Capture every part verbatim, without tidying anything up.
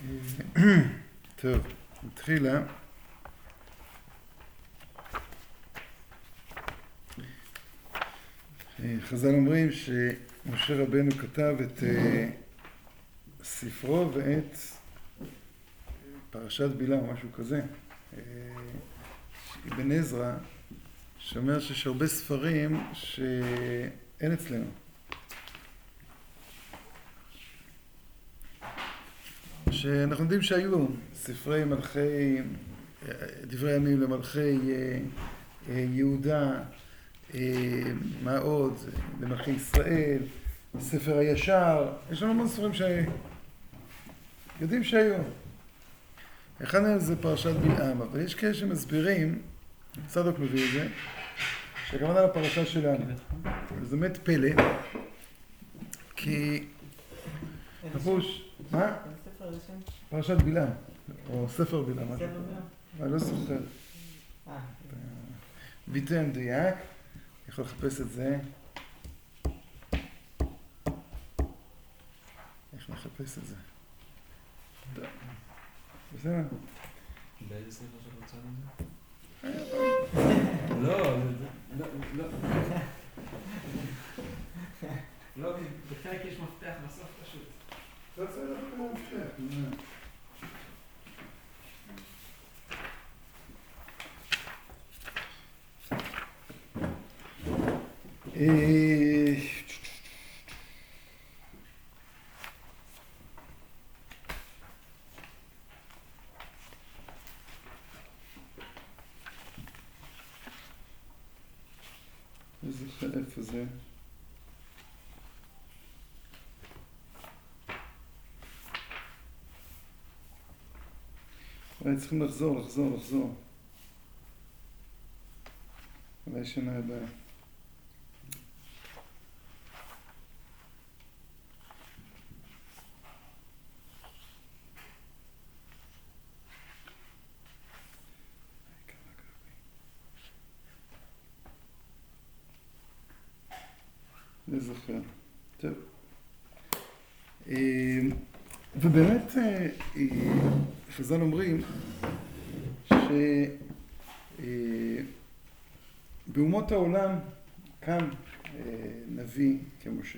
טוב, נתחילה. חז"ל אומרים שמשה רבנו כתב את ספרו ואת פרשת בלעם, משהו כזה. אבן עזרא שאומר שיש הרבה ספרים שאין אצלנו. שאנחנו יודעים שהיו ספרי מלכי, דברי הימים למלכי יהודה, מה עוד, למלכי ישראל, ספר הישר, יש לנו המון ספרים שיודעים שהיו. אחד מהם זה פרשת בלעם, אבל יש כאלה שמסבירים, צדוק מביא את זה, שכמובן על הפרשה שלנו. זה באמת פלא, כי נפוש, מה? פרשת בלעם, או ספר בלעם. אני לא זוכר. ביטן דייק, יכול לחפש את זה. איך נחפש את זה? בסדר? באיזה ספר שאת רוצה לזה? לא, לא, לא. לא, בחלק יש מפתח בסוף פשוט. לא צריך לדבר מפתח. איזה חלף הזה? אולי צריכים לחזור, לחזור, לחזור. אולי שנה הבאה. אני זוכר. טוב. ובאמת, חז"ל אומרים שבאומות העולם קם נביא כמשה.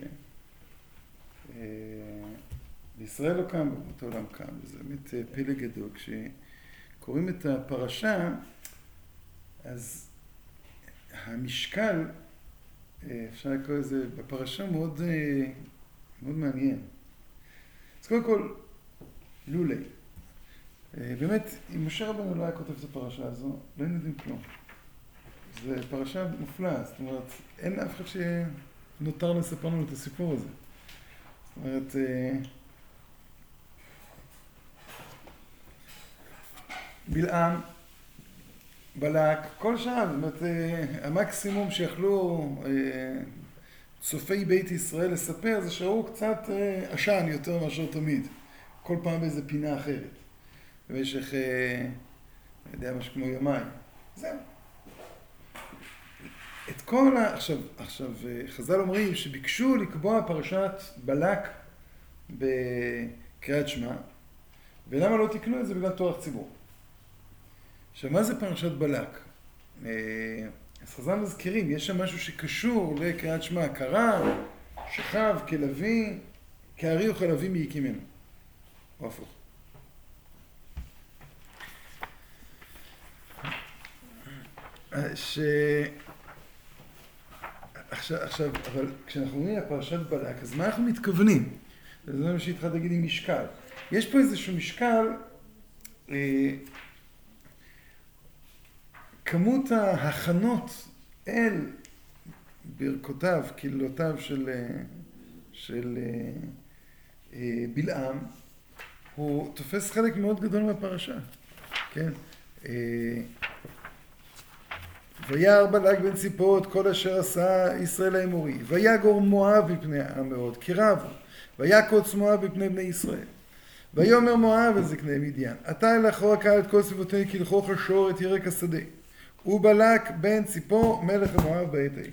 בישראל לא קם, באומות העולם קם. זה באמת פלא גדול. כשקוראים את הפרשה, אז המשקל, אפשר לקרוא לזה, בפרשה מאוד, מאוד מעניין. אז קודם כל, לולי. באמת, אם משה רבנו לא היה כותב את הפרשה הזו, לא היינו יודעים כלום. זו פרשה מופלאה, זאת אומרת, אין אף אחד שנותר לספר לנו את הסיפור הזה. זאת אומרת, בלעם, בלק, כל שעה, זאת אומרת, המקסימום שיכלו צופי בית ישראל לספר זה שראו קצת עשן יותר מאשר תמיד, כל פעם באיזה פינה אחרת, במשך, אני יודע, משהו כמו יומיים. זהו. את כל ה... עכשיו, עכשיו, חז"ל אומרים שביקשו לקבוע פרשת בלק בקריאת שמע, ולמה לא תקנו את זה? בגלל טורח ציבור. עכשיו, מה זה פרשת בלק? אז חז"ל מזכירים, יש שם משהו שקשור לקריאת שמע, קרא, שכב, כלוי, כארי וכלוי מיקימנו. או הפוך. ש... עכשיו, עכשיו, אבל כשאנחנו אומרים לפרשת בלק, אז מה אנחנו מתכוונים? זה מה שהתחלת להגיד עם משקל. יש פה איזשהו משקל, אה, כמות ההכנות אל ברכותיו, קללותיו של, של אה, בלעם, הוא תופס חלק מאוד גדול מהפרשה. כן? אה, וירא בלק בן ציפות כל אשר עשה ישראל האמורי, ויגור מואב מפני העם מאוד, כי רבו, ויקוץ מואב מפני בני ישראל. ויאמר מואב אל זקני מדיין, עתה אל אחור הקהל את כל סביבותינו כי לכו חשור את ירק השדה. ובלק בן ציפור מלך מואב בעת ההיא.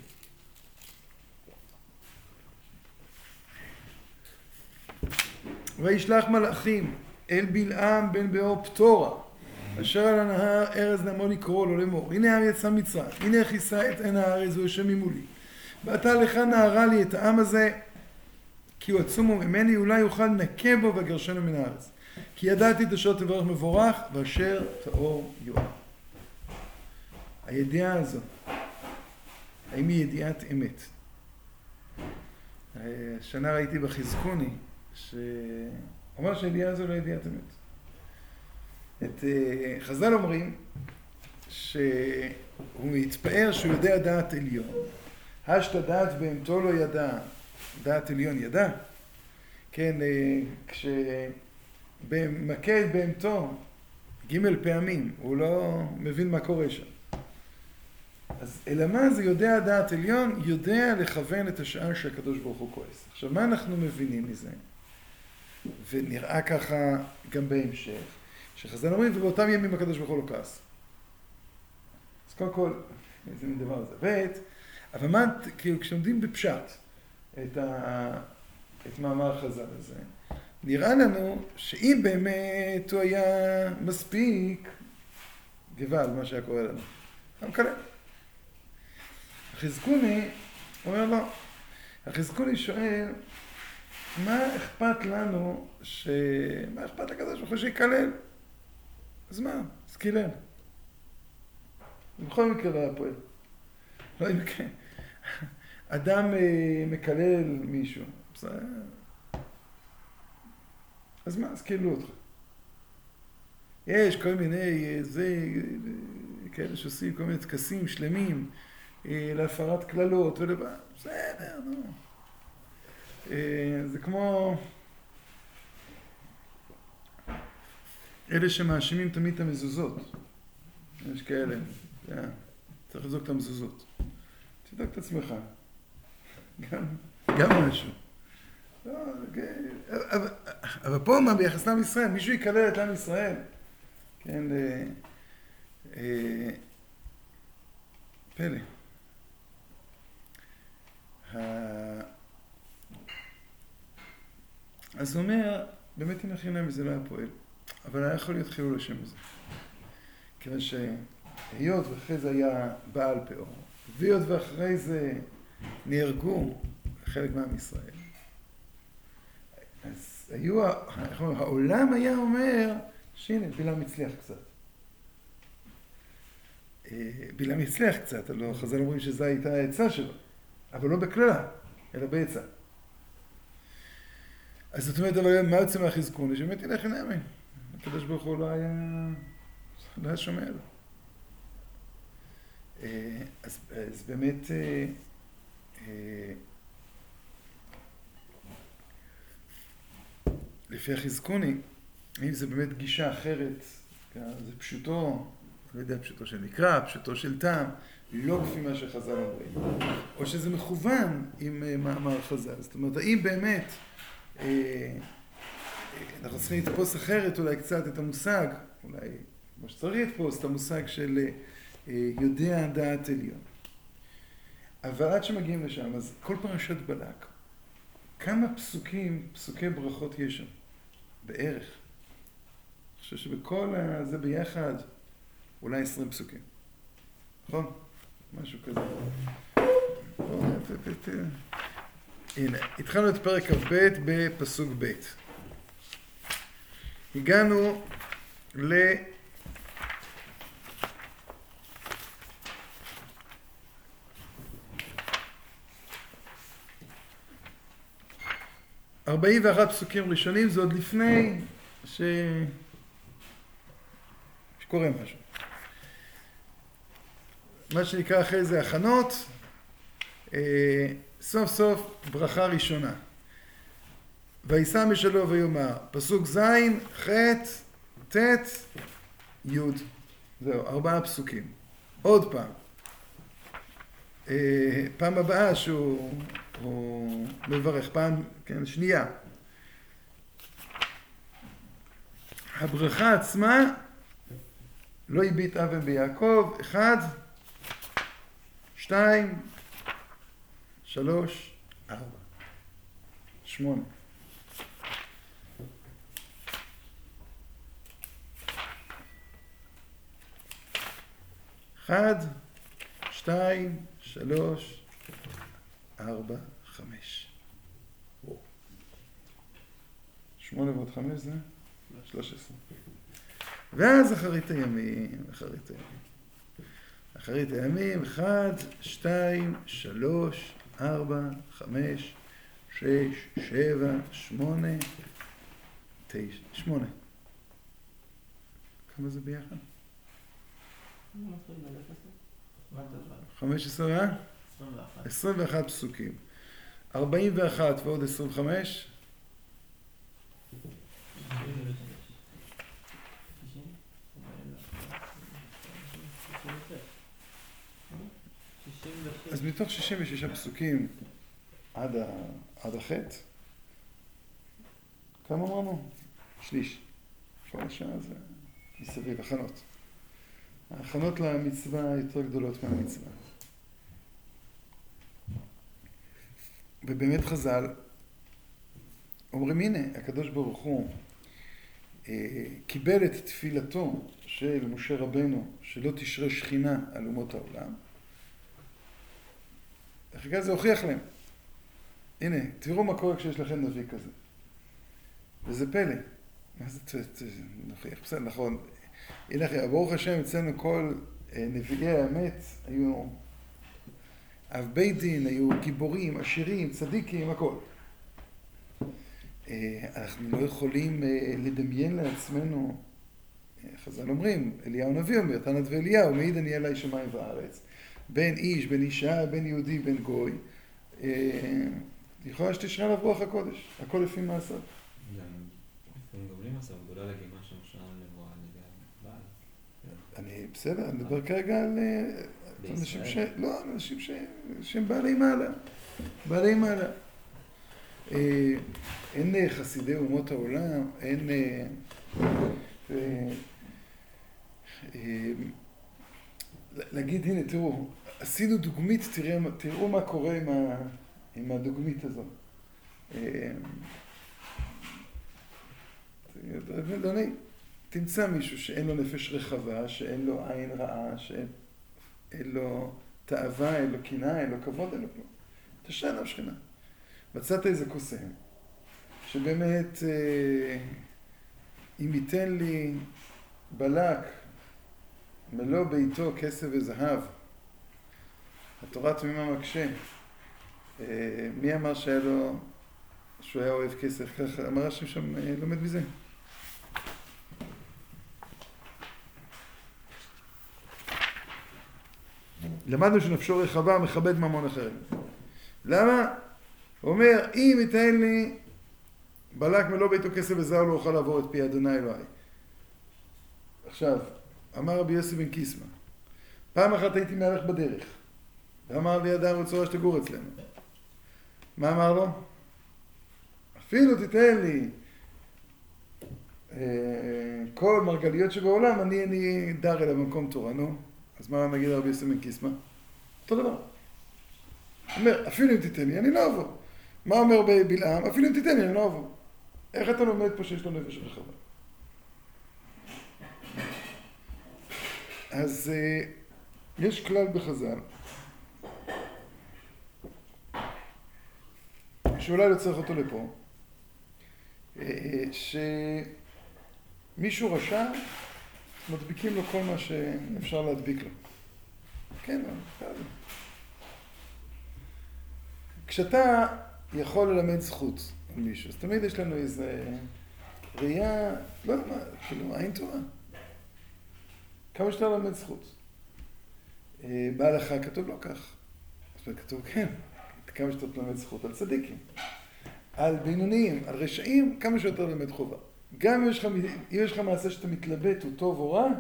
וישלח מלאכים אל בלעם בן באור פטורה, אשר על הנהר ארז נעמו לקרוא לו לאמור, הנה העם יצא מצרים, הנה כיסה את עין הארץ ויושב ממולי. ועתה לך נערה לי את העם הזה, כי הוא עצום ממני, אולי יוכל נקה בו וגרשנו מן הארץ. כי ידעתי את אשר תברך מבורך, ואשר טהור יואר. הידיעה הזו, האם היא ידיעת אמת? השנה ראיתי בחזקוני, שאומר שהידיעה הזו לא ידיעת אמת. את חז"ל אומרים שהוא מתפאר שהוא יודע דעת עליון. השת דעת בהמתו לא ידע, דעת עליון ידע. כן, כשבמכה את בהמתו ג' פעמים, הוא לא מבין מה קורה שם. אז אלא מה זה יודע דעת עליון? יודע לכוון את השעה שהקדוש ברוך הוא כועס. עכשיו, מה אנחנו מבינים מזה? ונראה ככה גם בהמשך, שחז"ל אומרים, ובאותם ימים הקדוש ברוך הוא לא כעס. אז קודם כל, איזה מין דבר הזה. בית, אבל מה, כאילו, כשלומדים בפשט את, ה, את מאמר חז"ל הזה, נראה לנו שאם באמת הוא היה מספיק גבל, מה שהיה קורה לנו, הוא מקלל. החזקוני אומר לו, החזקוני שואל, מה אכפת לנו, ש... מה אכפת לקדוש ברוך הוא שיקלל? אז מה? אז קילל. בכל מקרה לא היה פועל. לא היה מקרה. אדם מקלל מישהו. אז מה? אז קיללו אותך. יש כל מיני, זה, כאלה שעושים כל מיני תקסים שלמים, להפרת כללות ולבא. בסדר, נו. זה כמו אלה שמאשימים תמיד את המזוזות. יש כאלה. צריך לבדוק את המזוזות. תבדוק את עצמך. גם, גם משהו. לא, אבל, אבל פה מה ביחס לעם ישראל? מישהו יקלל את עם ישראל. כן, אה, אה, פלא. אז הוא אומר, באמת אם הכי זה לא היה פועל, אבל היה יכול להיות חילול השם הזה. כיוון שהיות ואחרי זה היה בעל פאור, והיות ואחרי זה נהרגו חלק מעם ישראל, אז היו, העולם היה אומר, שהנה, בלעם הצליח קצת. בלעם הצליח קצת, הלוא חז"ל אומרים שזו הייתה העצה שלו, אבל לא בכללה, אלא בעצה. אז זאת אומרת, אבל מה יוצא מהחזקוני? שבאמת ילך נאמן. הקדוש ברוך הוא לא היה, לא היה שומע לו. אז, אז באמת, לפי החזקוני, אם זה באמת גישה אחרת, זה פשוטו, לא יודע, פשוטו של מקרא, פשוטו של טעם, לא כפי מה שחז"ל אומרים. או שזה מכוון עם מאמר חז"ל. זאת אומרת, האם באמת אנחנו צריכים לתפוס אחרת אולי קצת את המושג, אולי כמו שצריך לתפוס את המושג של יודע דעת עליון. אבל עד שמגיעים לשם, אז כל פרשת בלק, כמה פסוקים, פסוקי ברכות יש שם? בערך. אני חושב שבכל זה ביחד, אולי עשרים פסוקים. נכון? משהו כזה. הנה, התחלנו את פרק כ"ב בפסוק ב'. הגענו ל... ארבעים ואחד פסוקים ראשונים, זה עוד לפני ש... שקורה משהו. מה שנקרא אחרי זה הכנות, סוף סוף ברכה ראשונה. וישא משלו ויאמר, פסוק ז', ח', ט', י', זהו, ארבעה פסוקים. עוד פעם. פעם הבאה שהוא הוא מברך, פעם, כן, שנייה. הברכה עצמה, לא הביט אבן ביעקב, אחד, שתיים, שלוש, ארבע, שמונה. אחד, שתיים, שלוש, ארבע, חמש. שמונה ועוד חמש זה? שלוש עשרה. ואז אחרית הימים, אחרית הימים. אחרית הימים, אחד, שתיים, שלוש, ארבע, חמש, שש, שבע, שמונה, תשע, שמונה. כמה זה ביחד? חמש עשרה, אה? עשרים ואחת פסוקים. ארבעים ואחת ועוד עשרים וחמש. אז מתוך שישים ושש פסוקים עד, ה... עד החטא, כמה אמרנו? שליש. כל השעה זה מסביב, הכנות. ההכנות למצווה יותר גדולות מהמצווה. ובאמת חז"ל אומרים, הנה, הקדוש ברוך הוא אה, קיבל את תפילתו של משה רבנו, שלא תשרה שכינה על אומות העולם. אחרי זה הוכיח להם. הנה, תראו מה קורה כשיש לכם נביא כזה. וזה פלא. מה זה נוכיח? בסדר, נכון. הנה אחי, ברוך השם, אצלנו כל נביאי האמת היו אב בית דין, היו גיבורים, עשירים, צדיקים, הכל. אנחנו לא יכולים לדמיין לעצמנו, חז"ל אומרים, אליהו הנביא אומר, תנת ואליהו, מעיד אני עלי שמיים וארץ. בין איש, בין אישה, בין יהודי, בין גוי. יכולה שתשרה עליו רוח הקודש, הכל לפי מעשיו. לפעמים גם בלי מעשיו, גדולה לגימה שמשה נבואה על ידי הבעל. אני בסדר, אני מדבר כרגע על אנשים ש... לא, אנשים שהם בעלי מעלה. בעלי מעלה. אין חסידי אומות העולם, אין... להגיד, הנה, תראו, עשינו דוגמית, תראו מה קורה עם הדוגמית הזו. אדוני, תמצא מישהו שאין לו נפש רחבה, שאין לו עין רעה, שאין לו תאווה, אין לו קנאה, אין לו כבוד, אין לו כלום. תשרה עליו שכינה. מצאת איזה קוסם, שבאמת, אם ייתן לי בלק, מלוא ביתו כסף וזהב, התורה תמימה מקשה. מי אמר שהיה לו, שהוא היה אוהב כסף? ככה אמר השם שם לומד מזה. למדנו שנפשו רחבה מכבד ממון אחרים. למה? הוא אומר, אם ייתן לי בלק מלוא ביתו כסף וזהב, לא אוכל לעבור את פי אדוני אלוהי. עכשיו, אמר רבי יוסי בן קיסמא, פעם אחת הייתי מהלך בדרך, ואמר לי אדם רצורה שתגור אצלנו. מה אמר לו? אפילו תיתן לי אה, כל מרגליות שבעולם, אני, אני דר אליו במקום תורה, נו. אז מה נגיד רבי יוסי בן קיסמא? אותו דבר. הוא אומר, אפילו אם תיתן לי, אני לא אבוא. מה אומר בבלעם? אפילו אם תיתן לי, אני לא אבוא. איך אתה לומד פה שיש לו נפש רחבה? אז יש כלל בחז"ל, שאולי לא צריך אותו לפה, שמישהו רשע, מדביקים לו כל מה שאפשר להדביק לו. כן, אבל... כשאתה יכול ללמד זכות על מישהו, אז תמיד יש לנו איזה ראייה, לא יודע מה, כאילו, עין טובה. כמה שאתה ללמד זכות. בהלכה כתוב לא כך. אז כתוב כן, כמה שאתה ללמד זכות על צדיקים. על בינוניים, על רשעים, כמה שיותר ללמד חובה. גם אם יש לך, אם יש לך מעשה שאתה מתלבט, הוא טוב או רע,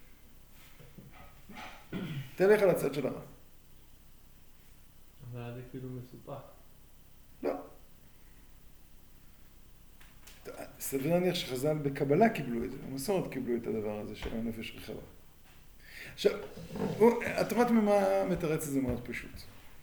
תלך על הצד של הרע. אבל זה כאילו מסופח. לא. סביר להניח שחז"ל בקבלה קיבלו את זה, במסורת קיבלו את הדבר הזה של הנפש רחבה. עכשיו, התורה תמימה מתרץ את זה מאוד פשוט.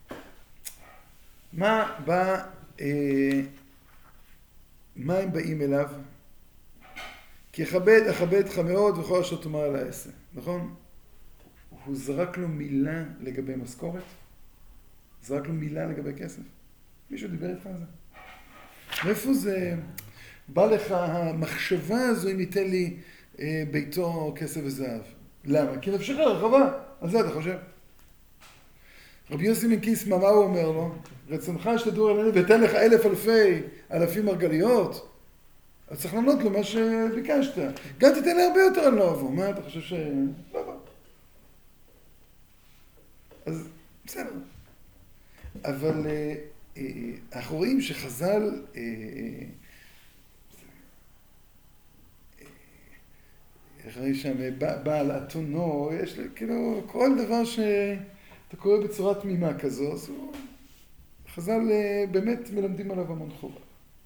מה בא, אה, מה הם באים אליו? כי אכבד, אכבד לך מאוד וכל אשר תאמר על העשה, נכון? הוא זרק לו מילה לגבי משכורת? זרק לו מילה לגבי כסף? מישהו דיבר איתך על זה? מאיפה זה בא לך המחשבה הזו אם ייתן לי אה, ביתו כסף וזהב? למה? כי נפשך רחבה. על זה אתה חושב? רבי יוסי מקיסמא, מה הוא אומר לו? רצונך שתדור עלינו ותן לך אלף אלפי אלפים מרגליות? אז צריך לענות לו מה שביקשת. גם תיתן לי הרבה יותר, אני לא אבוא. מה אתה חושב ש... לא אבוא. אז בסדר. אבל אה, אה, אנחנו רואים שחז"ל, אה, איך רואים שם, בעל אתונו, יש כאילו כל דבר שאתה קורא בצורה תמימה כזו, אז הוא, חז"ל אה, באמת מלמדים עליו המון חובה.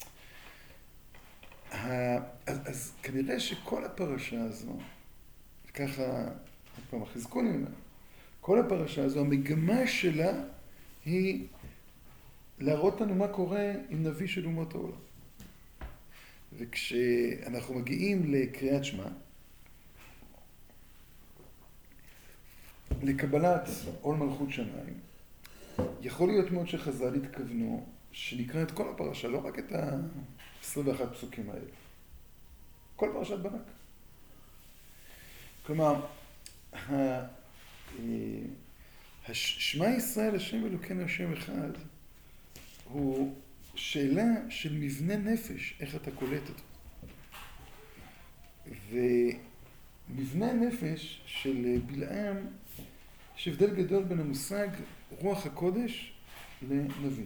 אז, אז כנראה שכל הפרשה הזו, ככה, פעם החזקו ממנה, כל הפרשה הזו, המגמה שלה היא להראות לנו מה קורה עם נביא של אומות העולם. וכשאנחנו מגיעים לקריאת שמע, לקבלת עול מלכות שמיים, יכול להיות מאוד שחז"ל התכוונו שנקרא את כל הפרשה, לא רק את ה-עשרים ואחת פסוקים האלה. כל פרשת בנק. כלומר, שמע ישראל השם אלוקינו השם אחד, הוא שאלה של מבנה נפש, איך אתה קולט אותו. ומבנה הנפש של בלעם, יש הבדל גדול בין המושג רוח הקודש לנביא.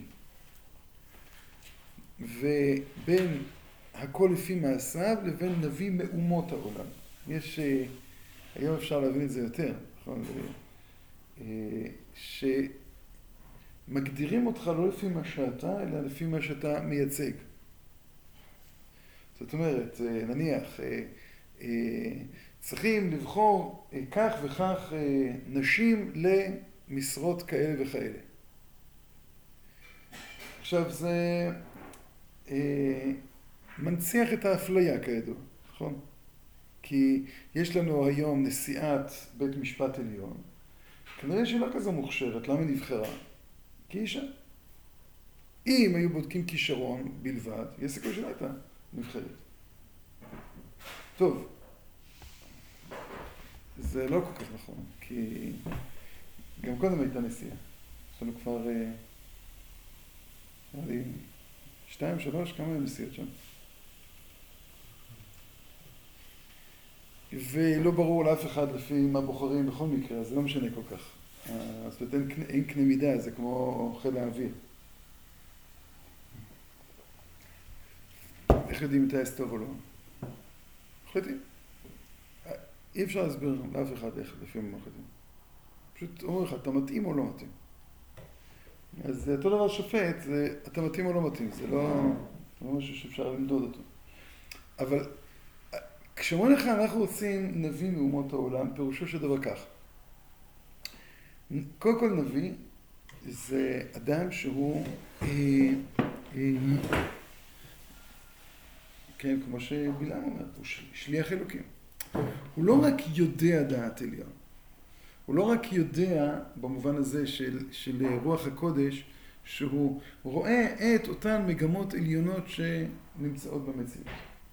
ובין הכל לפי מעשיו לבין נביא מאומות העולם. יש, היום אפשר להבין את זה יותר, נכון? שמגדירים אותך לא לפי מה שאתה, אלא לפי מה שאתה מייצג. זאת אומרת, נניח, צריכים לבחור כך וכך נשים למשרות כאלה וכאלה. עכשיו, זה מנציח את האפליה כידוע, נכון? כי יש לנו היום נשיאת בית משפט עליון, כנראה שהיא לא כזו מוכשרת, למה נבחרה? כי אישה. אם היו בודקים כישרון בלבד, יש סיכוי שלא הייתה נבחרת. טוב, זה לא כל כך נכון, כי גם קודם הייתה נשיאה. יש לנו כבר, נראה לי, שתיים, שלוש, כמה היו נשיאות שם? ולא ברור לאף אחד לפי מה בוחרים בכל מקרה, אז זה לא משנה כל כך. זאת אומרת, אין, אין קנה מידה, זה כמו חיל האוויר. איך יודעים אם טייס טוב או לא? מחליטים. אי אפשר להסביר לאף אחד איך לפי מה מחליטים. פשוט אומר לך, אתה מתאים או לא מתאים. אז אותו דבר שופט, זה אתה מתאים או לא מתאים, זה לא, לא משהו שאפשר למדוד אותו. אבל כשאומרים לך אנחנו רוצים נביא מאומות העולם, פירושו של דבר כך. קודם כל נביא זה אדם שהוא, אה, אה, כן, כמו שבלעם אומר, הוא שליח אלוקים. הוא לא רק יודע דעת עליון, הוא לא רק יודע במובן הזה של, של רוח הקודש, שהוא רואה את אותן מגמות עליונות שנמצאות במציאות.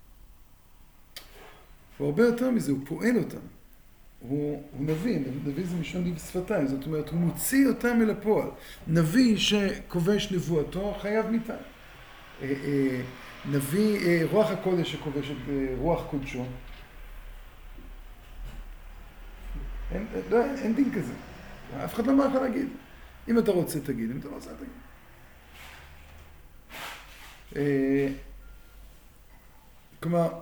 הוא הרבה יותר מזה, הוא פועל אותם. הוא, הוא נביא, נביא זה משון ניב שפתיים, זאת אומרת, הוא מוציא אותם אל הפועל. נביא שכובש נבואתו חייב מיתה. נביא, רוח הקודש שכובש את רוח קודשו. אין, לא, אין, אין דין כזה. אף אחד לא מה יכול להגיד. אם אתה רוצה תגיד, אם אתה לא רוצה תגיד. כלומר,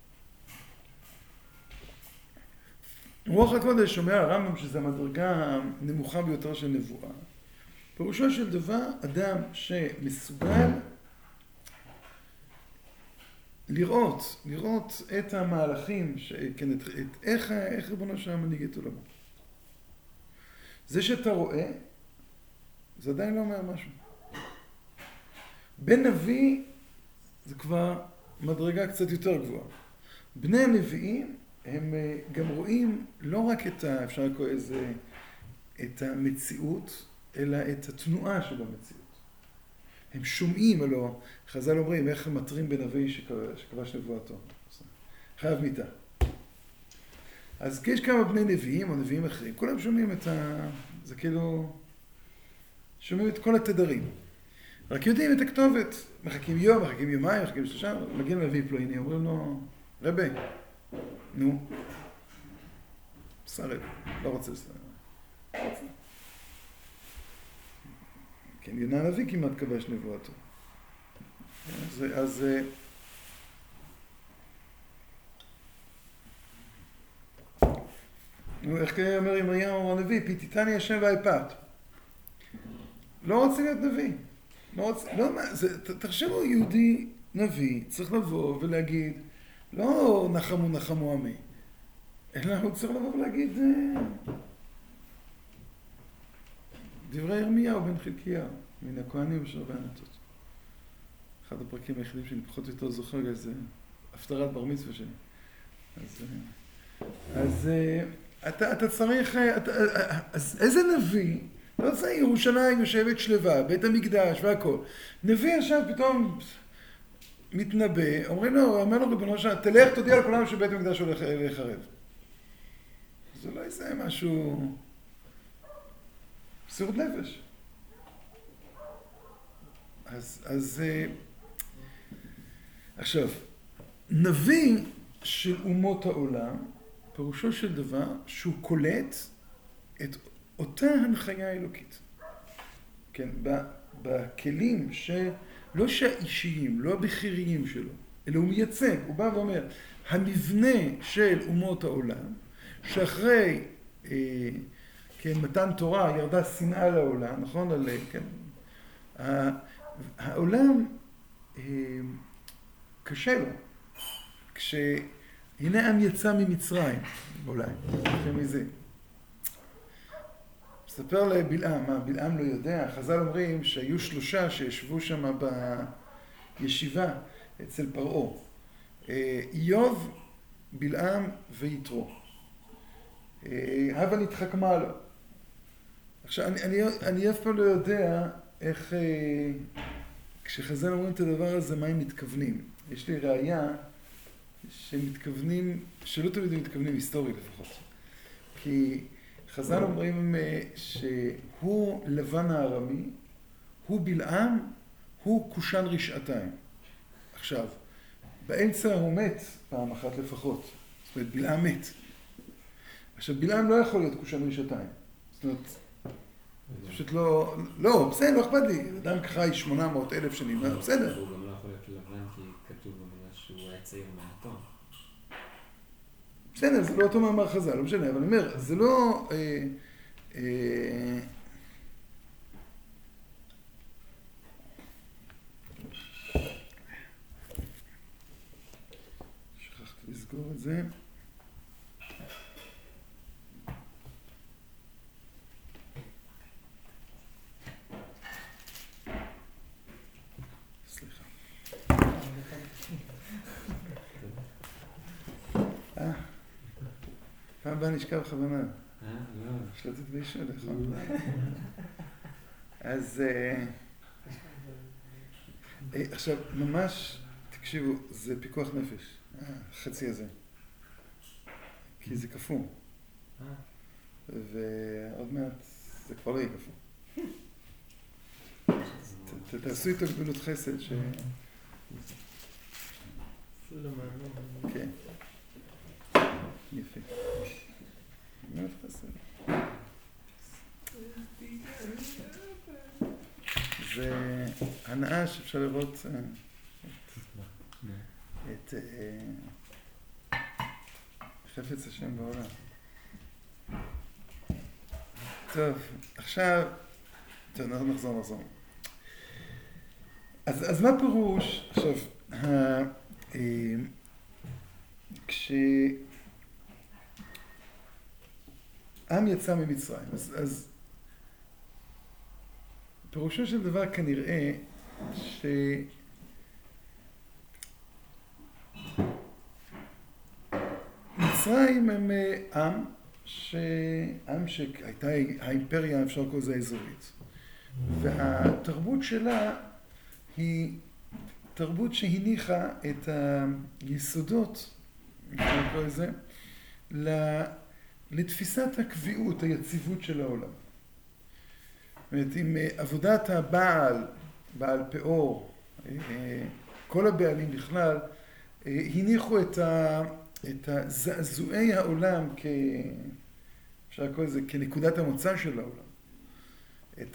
רוח הקודש אומר הרמב"ם שזה המדרגה הנמוכה ביותר של נבואה. פירושו של דבר, אדם שמסוגל לראות, לראות את המהלכים, ש... כן, את, את, איך, איך ריבונו של עולם מנהיג את עולמו. זה שאתה רואה, זה עדיין לא אומר משהו. בן נביא זה כבר מדרגה קצת יותר גבוהה. בני הנביאים הם גם רואים לא רק את ה... אפשר לקרוא איזה את המציאות, אלא את התנועה של המציאות. הם שומעים, אלו, חז"ל אומרים, איך מטרים בנביא שכבש נבואתו. חייב מיתה. אז יש כמה בני נביאים או נביאים אחרים, כולם שומעים את ה... זה כאילו... שומעים את כל התדרים. רק יודעים את הכתובת. מחכים יום, מחכים יומיים, מחכים שלושה, מגיעים לנביא פלויני, אומרים לו, רבי, נו, סרב, לא רוצה לסרב. לא רוצה. כן, יונה הנביא כמעט כבש נבואתו. אז... אז איך אומר ירמיהו הנביא, פיתיתני השם ואיפת. לא רוצה להיות נביא. לא רוצה, לא, זה, תחשבו, יהודי נביא צריך לבוא ולהגיד, לא נחמו נחמו עמי, אלא הוא צריך לבוא ולהגיד דברי ירמיהו בן חלקיהו, מן הכהנים אשר בענתות. אחד הפרקים היחידים שאני פחות או יותר זוכר, זה הפטרת בר מצווה שלי. אז... אז אתה, אתה צריך, אתה, אז איזה נביא, לא צריך, ירושלים יושבת שלווה, בית המקדש והכל. נביא עכשיו פתאום מתנבא, אומרים לו, אומר לו ריבונו שלנו, תלך תודיע לכולם שבית המקדש הולך להיחרב. זה לא איזה משהו, מסירות נפש. אז, אז, עכשיו, נביא של אומות העולם, פירושו של דבר שהוא קולט את אותה הנחיה האלוקית. כן, בכלים שלא שהאישיים, לא הבכיריים שלו, אלא הוא מייצג, הוא בא ואומר, המבנה של אומות העולם, שאחרי, אה, כן, מתן תורה ירדה שנאה לעולם, נכון? על, כן, העולם אה, קשה לו, כש... הנה עם יצא ממצרים, אולי, אחרי מזה. מספר לבלעם, מה, בלעם לא יודע? חז"ל אומרים שהיו שלושה שישבו שם בישיבה אצל פרעה. איוב, בלעם ויתרו. הווה נתחכמה לו. עכשיו, אני, אני, אני אף פעם לא יודע איך, כשחז"ל אומרים את הדבר הזה, מה הם מתכוונים. יש לי ראייה, שמתכוונים, שלא תמיד הם מתכוונים היסטורית לפחות. כי חז"ל אומרים שהוא לבן הארמי, הוא בלעם, הוא קושן רשעתיים. עכשיו, באמצע הוא מת פעם אחת לפחות. זאת אומרת, בלעם מת. עכשיו, בלעם לא יכול להיות קושן רשעתיים. זאת אומרת, פשוט לא, לא, בסדר, לא אכפת לי. אדם חי שמונה מאות אלף שנים, בסדר. הוא גם לא יכול להיות לבן כי כתוב במילה שהוא היה צעיר מהאטום. בסדר, זה לא אותו מאמר חז"ל, לא משנה, אבל אני אומר, זה לא... אה, אה, שכחתי לסגור את זה. סליחה. אה, פעם הבאה נשכב בכוונה. אה, לא. שלא תתביישו, נכון? אז עכשיו, ממש, תקשיבו, זה פיקוח נפש, החצי הזה. כי זה קפוא. ועוד מעט זה כבר לא יהיה קפוא. תעשו איתו גמילות חסד ש... כן. יפה. גמילות חסד. זה הנאה שאפשר לראות את חפץ השם בעולם. טוב, עכשיו, טוב, נחזור, נחזור. אז, אז מה פירוש, עכשיו, ה, כשעם יצא ממצרים, אז, אז פירושו של דבר כנראה ש... מצרים הם עם שעם שהייתה האימפריה, אפשר לקרוא לזה אזורית. והתרבות שלה היא תרבות שהניחה את היסודות, אפשר לקרוא לזה, לתפיסת הקביעות, היציבות של העולם. זאת אומרת, עם עבודת הבעל, בעל פאור, כל הבעלים בכלל, הניחו את, ה, את הזעזועי העולם כ... אפשר לקרוא לזה כנקודת המוצא של העולם. את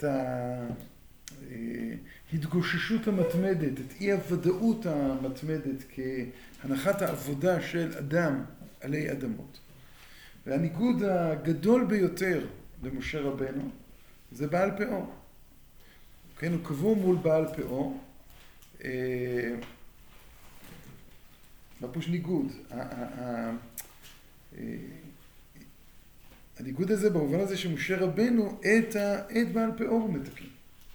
ההתגוששות המתמדת, את אי הוודאות המתמדת כהנחת העבודה של אדם עלי אדמות. והניגוד הגדול ביותר למשה רבנו זה בעל פאור. כן, הוא קבוע מול בעל פאור. מפוש ניגוד. הניגוד הזה במובן הזה שמשה רבנו את, ה, את בעל פאור מתקן.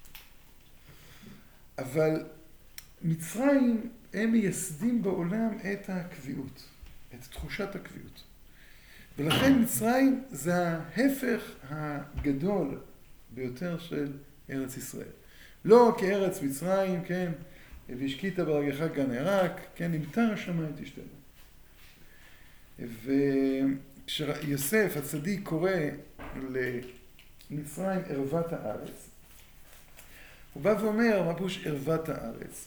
אבל מצרים הם מייסדים בעולם את הקביעות, את תחושת הקביעות. ולכן מצרים זה ההפך הגדול ביותר של ארץ ישראל. לא כארץ מצרים, כן, והשקית ברגך גן ערק, כן, נמטר השמיים תשתנה. וכשיוסף הצדיק קורא למצרים ערוות הארץ, הוא בא ואומר, מה פירוש ערוות הארץ?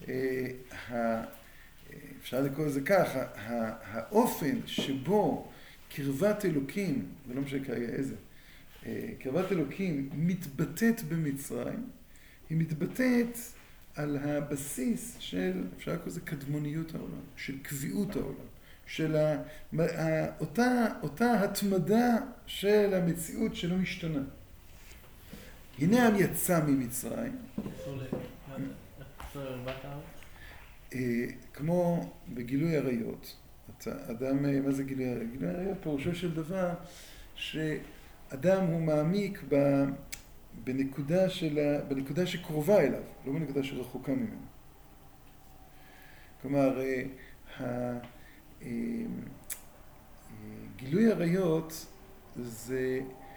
אפשר לקרוא לזה כך, האופן שבו קרבת אלוקים, ולא משנה כרגע איזה, קרבת אלוקים מתבטאת במצרים, היא מתבטאת על הבסיס של, אפשר לקרוא לזה קדמוניות העולם, של קביעות העולם, של אותה, אותה התמדה של המציאות שלא משתנה. הנה עם יצא ממצרים. כמו בגילוי עריות. אדם, מה זה גילוי עריות? גילוי עריות פירושו של דבר שאדם הוא מעמיק בנקודה, של, בנקודה שקרובה אליו, לא בנקודה שרחוקה ממנו. כלומר, גילוי עריות זה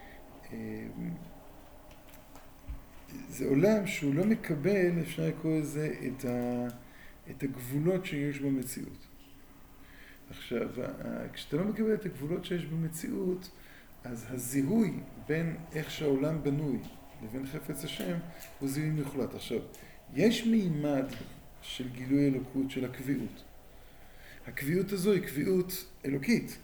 זה עולם שהוא לא מקבל, אפשר לקרוא לזה, את, ה, את הגבולות שיש במציאות. עכשיו, כשאתה לא מקבל את הגבולות שיש במציאות, אז הזיהוי בין איך שהעולם בנוי לבין חפץ השם הוא זיהוי מוחלט. עכשיו, יש מימד של גילוי אלוקות, של הקביעות. הקביעות הזו היא קביעות אלוקית,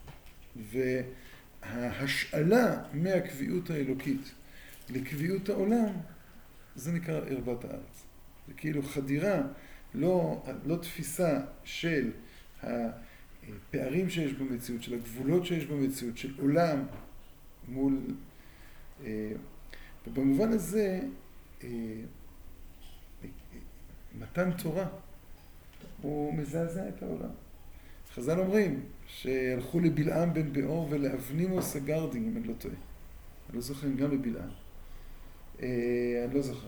וההשאלה מהקביעות האלוקית לקביעות העולם, זה נקרא ערוות הארץ. זה כאילו חדירה, לא, לא תפיסה של הפערים שיש במציאות, של הגבולות שיש במציאות, של עולם מול... ובמובן הזה, מתן תורה הוא מזעזע את העולם. חז"ל אומרים שהלכו לבלעם בן באור ולאבנימוס הגרדי, אם אני לא טועה. אני לא זוכר, גם לבלעם. אני לא זוכר.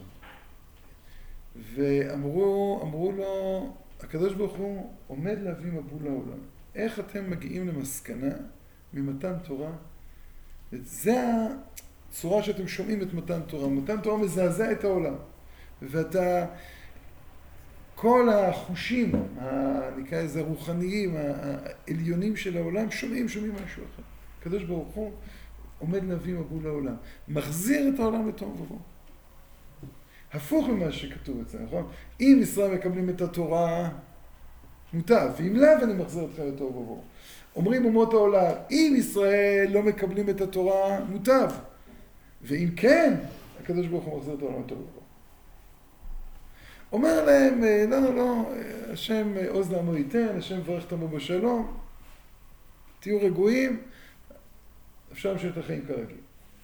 ואמרו, אמרו לו, הקדוש ברוך הוא עומד להביא מבול לעולם. איך אתם מגיעים למסקנה ממתן תורה? זה הצורה שאתם שומעים את מתן תורה. מתן תורה מזעזע את העולם. ואתה, כל החושים, נקרא לזה הרוחניים, העליונים של העולם, שומעים, שומעים משהו אחר. הקדוש ברוך הוא עומד להביא מבול לעולם. מחזיר את העולם לתוהו ובוהו. הפוך ממה שכתוב אצלנו, נכון? אם ישראל מקבלים את התורה, מוטב, ואם לאו אני מחזיר אותך לתוהו ובוהו. אומרים אומות העולם, אם ישראל לא מקבלים את התורה, מוטב. ואם כן, הקדוש ברוך הוא מחזיר את העולם לתוהו ובוהו. אומר להם, לא, לא, השם עוז לעמו ייתן, השם מברך את עמו בשלום, תהיו רגועים, אפשר להמשיך את החיים כרגיל.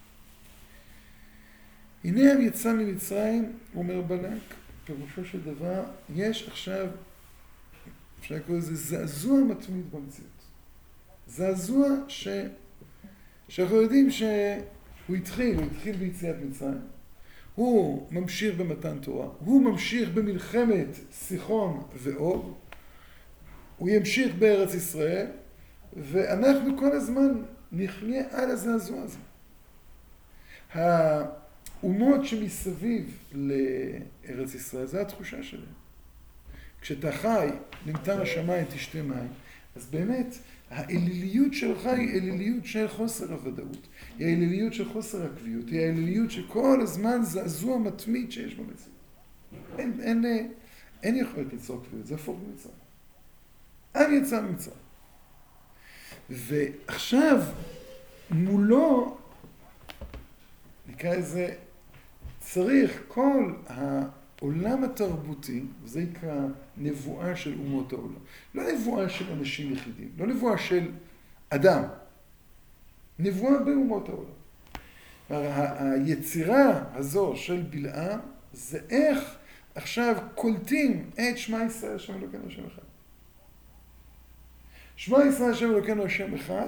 הנה הם יצא ממצרים, אומר בלק, פירושו של דבר, יש עכשיו, אפשר לקרוא לזה, זעזוע מתמיד במציאות. זעזוע ש... שאנחנו יודעים שהוא התחיל, הוא התחיל ביציאת מצרים. הוא ממשיך במתן תורה, הוא ממשיך במלחמת סיחון ואוג, הוא ימשיך בארץ ישראל, ואנחנו כל הזמן נחיה על הזעזוע הזה. האומות שמסביב לארץ ישראל, זו התחושה שלהם. כשאתה חי, נמטר השמיים תשתה מים, אז באמת, האליליות שלך היא אליליות של חוסר הוודאות, היא האליליות של חוסר הקביעות, היא האליליות שכל הזמן זעזוע מתמיד שיש במציאות. אין, אין, אין יכולת ליצור קביעות, זה הפוך ממצרים. עם יצא ממצרים. ועכשיו, מולו, נקרא לזה, צריך כל העולם התרבותי, וזה יקרא נבואה של אומות העולם. לא נבואה של אנשים יחידים, לא נבואה של אדם, נבואה באומות העולם. היצירה הזו של בלעם, זה איך עכשיו קולטים את שמע ישראל השם אלוקינו השם אחד. שמע ישראל השם אלוקינו השם אחד,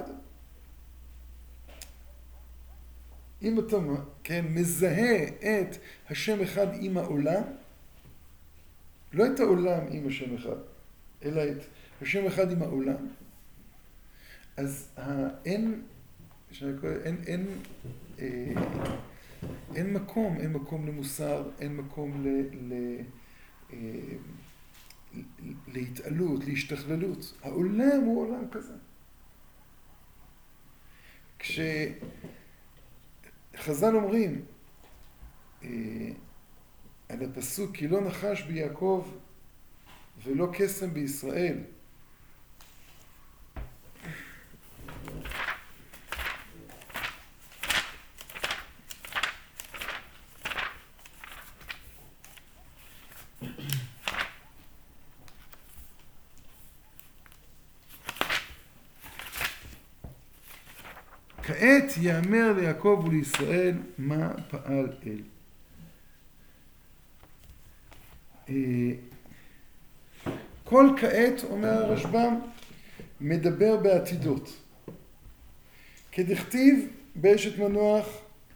אם אתה, כן, מזהה את השם אחד עם העולם, לא את העולם עם השם אחד, אלא את השם אחד עם העולם, אז אין, אין, אין, אה, אין מקום, אין מקום למוסר, אין מקום ל, ל, אה, להתעלות, להשתכללות. העולם הוא עולם כזה. כשחז"ל אומרים אה, על הפסוק, כי לא נחש ביעקב ולא קסם בישראל, כעת יאמר ליעקב ולישראל מה פעל אל. כל כעת, אומר הרשב"ם, מדבר בעתידות. כדכתיב באשת מנוח,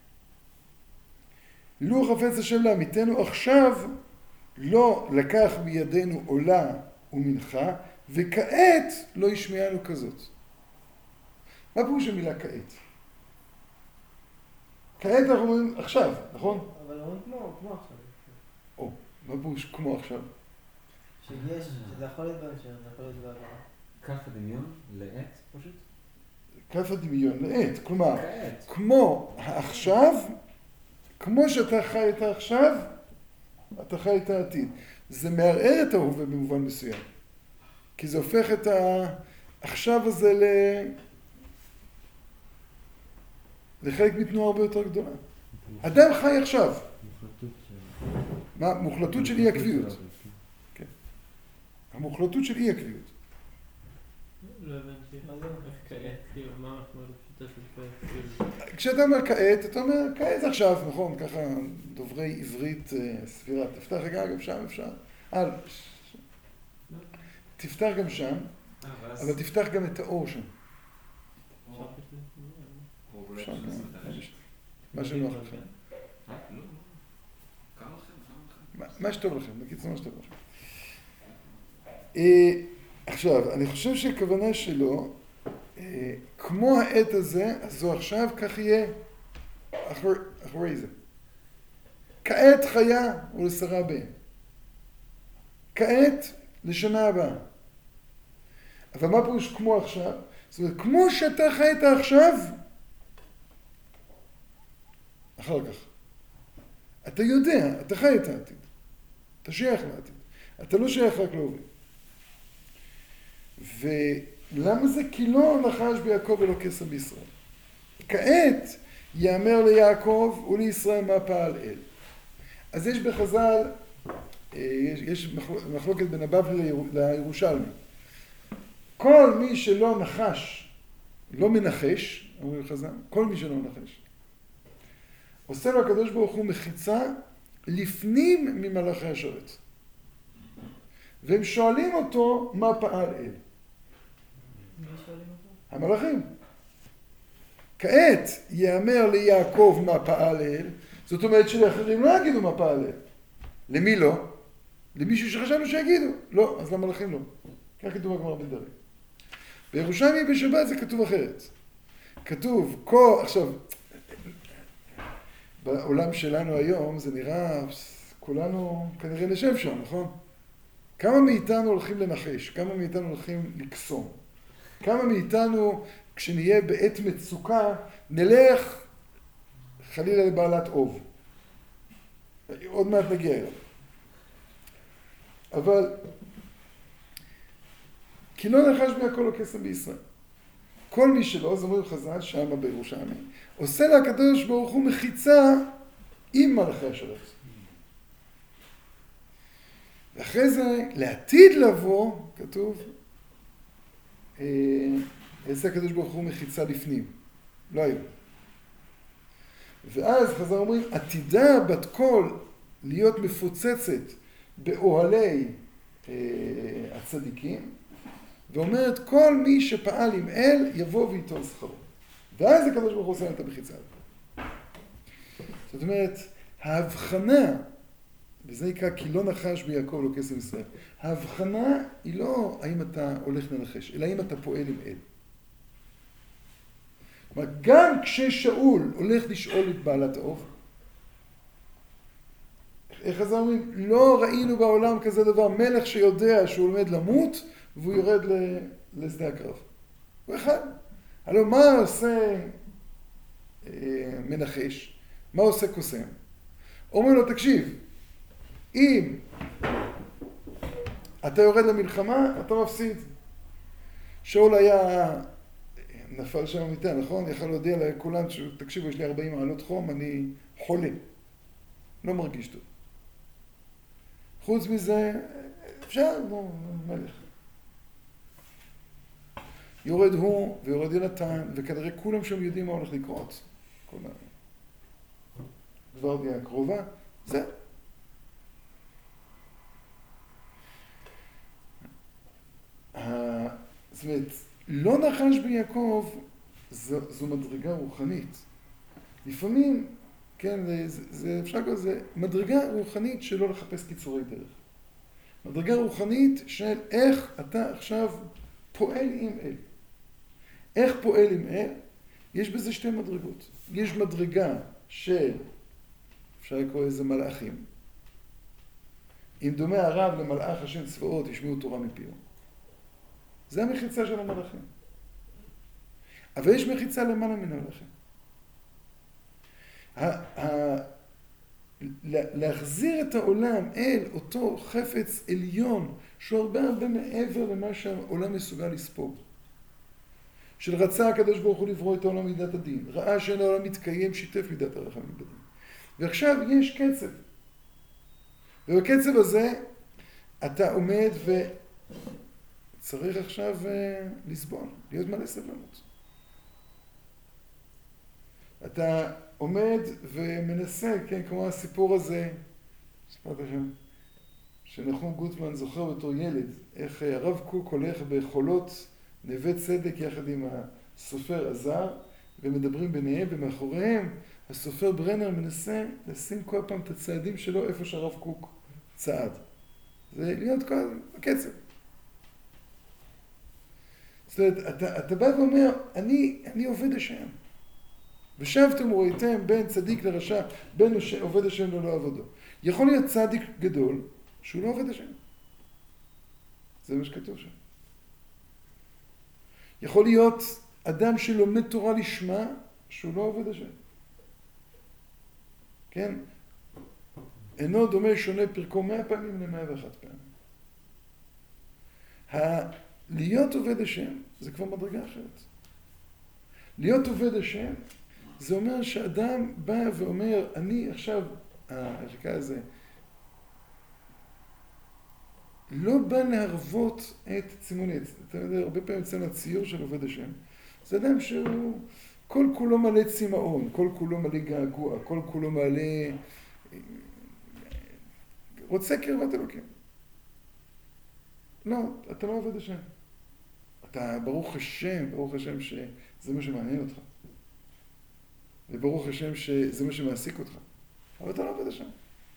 לו חפץ השם לעמיתנו, עכשיו לא לקח בידינו עולה ומנחה, וכעת לא ישמיענו כזאת. מה פירוש המילה כעת? כעת אנחנו אומרים עכשיו, נכון? אבל אומרים כמו, כמו עכשיו. או, מה פירוש כמו עכשיו? שיש, שזה יכול להיות בהמשך, זה יכול להיות בעבר. כף הדמיון לעת פשוט? כף הדמיון לעת, כלומר, כעת. כמו העכשיו, כמו שאתה חי את העכשיו, אתה חי את העתיד. זה מערער את ההווה במובן מסוים. כי זה הופך את העכשיו הזה ל... לחלק מתנועה הרבה יותר גדולה. אדם חי עכשיו. מה? מוחלטות של אי הקביעות. כן. המוחלטות של אי הקביעות. לא הבנתי. מה זה כעת? כאילו, מה אנחנו פשוטה של כעת? כשאתה אומר כעת, אתה אומר כעת עכשיו, נכון? ככה דוברי עברית סבירה. תפתח רגע גם שם אפשר. אל, תפתח גם שם, אבל תפתח גם את האור שם. מה שנוח לכם. מה שטוב לכם, בקיצור מה שטוב לכם. עכשיו, אני חושב שהכוונה שלו, כמו העת הזה, אז זו עכשיו, כך יהיה אחרי זה. כעת חיה ולשרה בהם. כעת לשנה הבאה. אבל מה פירוש כמו עכשיו? זאת אומרת, כמו שאתה חי את העכשיו, אחר כך. אתה יודע, אתה חי את העתיד. אתה שייך לעתיד. אתה לא שייך רק להווה. ולמה זה? כי לא נחש ביעקב ולא קסם בישראל. כעת יאמר ליעקב ולישראל מה פעל אל. אז יש בחז"ל, יש, יש מחלוקת בין הבבלי לירושלמי. כל מי שלא נחש, לא מנחש, אומרים חז"ל, כל מי שלא מנחש, עושה לו הקדוש ברוך הוא מחיצה לפנים ממלאכי השרת. והם שואלים אותו מה פעל אל. מי שואלים אותו? המלאכים. כעת יאמר ליעקב מה פעל אל, זאת אומרת שלאחרים לא יגידו מה פעל אל. למי לא? למישהו שחשבנו שיגידו. לא, אז למלאכים לא. כך כתוב בגמרא בנדרים. בירושלמי בשבת זה כתוב אחרת. כתוב, כל, עכשיו, בעולם שלנו היום זה נראה, כולנו כנראה נשב שם, נכון? כמה מאיתנו הולכים לנחש? כמה מאיתנו הולכים לקסום? כמה מאיתנו, כשנהיה בעת מצוקה, נלך חלילה לבעלת אוב? עוד מעט נגיע אליו. אבל, כי לא נחש מהכל או קסם בישראל. כל מי שלא, זה אומר חז"ל, שמה בירושלמי, עושה לקדוש ברוך הוא מחיצה עם מלאכי השרת. ואחרי זה, לעתיד לבוא, כתוב, עושה הקדוש ברוך הוא מחיצה לפנים. לא היום. ואז חז"ל אומרים, עתידה בת קול להיות מפוצצת באוהלי הצדיקים, ואומרת, כל מי שפעל עם אל, יבוא ויתור שכרו. ואז הקדוש ברוך הוא עושה את המחיצה. זאת אומרת, ההבחנה, וזה נקרא כי לא נחש ביעקב לא קסם ישראל, ההבחנה היא לא האם אתה הולך לנחש, אלא האם אתה פועל עם אל. כלומר, גם כששאול הולך לשאול את בעלת האוב, איך אז אומרים, לא ראינו בעולם כזה דבר, מלך שיודע שהוא עומד למות, והוא יורד לשדה הקרב. הוא אחד. הלוא מה עושה אה, מנחש? מה עושה קוסם? אומר לו, תקשיב, אם אתה יורד למלחמה, אתה מפסיד. שאול היה, נפל שם המיטה, נכון? יכל להודיע לכולם, תקשיבו, יש לי ארבעים מעלות חום, אני חולה. לא מרגיש טוב. חוץ מזה, אפשר, נו, מלך. יורד הוא ויורד יונתן, וכנראה כולם שם יודעים מה הולך לקרות. כל הגוורדיה הקרובה, זה. זאת אומרת, לא נחש ביעקב, זו, זו מדרגה רוחנית. לפעמים, כן, זה, זה אפשר לקרוא לזה מדרגה רוחנית שלא לחפש קיצורי דרך. מדרגה רוחנית של איך אתה עכשיו פועל עם אל. איך פועל עם אל? יש בזה שתי מדרגות. יש מדרגה של, אפשר לקרוא לזה מלאכים. אם דומה הרב למלאך השם צבאות, ישמעו תורה מפיהו. זה המחיצה של המלאכים. אבל יש מחיצה למעלה מן המלאכים. להחזיר את העולם אל אותו חפץ עליון, שהוא הרבה הרבה מעבר למה שהעולם מסוגל לספוג. של רצה הקדוש ברוך הוא לברוא את העולם מידת הדין, ראה שאין העולם מתקיים, שיתף מידת הרחמים בדין. ועכשיו יש קצב. ובקצב הזה אתה עומד וצריך עכשיו לסבול, להיות מלא סבלנות. אתה עומד ומנסה, כן, כמו הסיפור הזה, ספרת לכם, שנחום גוטמן זוכר בתור ילד, איך הרב קוק הולך בחולות נווה צדק יחד עם הסופר עזר, ומדברים ביניהם, ומאחוריהם הסופר ברנר מנסה לשים כל פעם את הצעדים שלו איפה שהרב קוק צעד. זה להיות כל הקצב. זאת אומרת, אתה, אתה בא ואומר, אני, אני עובד השם. ושבתם וראיתם בין צדיק לרשע, בין עובד השם ללא עבודו. יכול להיות צדיק גדול שהוא לא עובד השם. זה מה שכתוב שם. יכול להיות אדם שלומד תורה לשמה, שהוא לא עובד השם. כן? אינו דומה שונה פרקו מאה פעמים למאה ואחת פעמים. ה- להיות עובד השם זה כבר מדרגה אחרת. להיות עובד השם זה אומר שאדם בא ואומר, אני עכשיו, השקה הזה, לא בא להרוות את צימוני. אתה יודע, הרבה פעמים אצלנו הציור של עובד השם. זה אדם שהוא כל כולו מלא צימאון, כל כולו מלא געגוע, כל כולו מלא רוצה קרבת אלוקים. לא, אתה לא עובד השם. אתה ברוך השם, ברוך השם שזה מה שמעניין אותך. וברוך השם שזה מה שמעסיק אותך. אבל אתה לא עובד השם.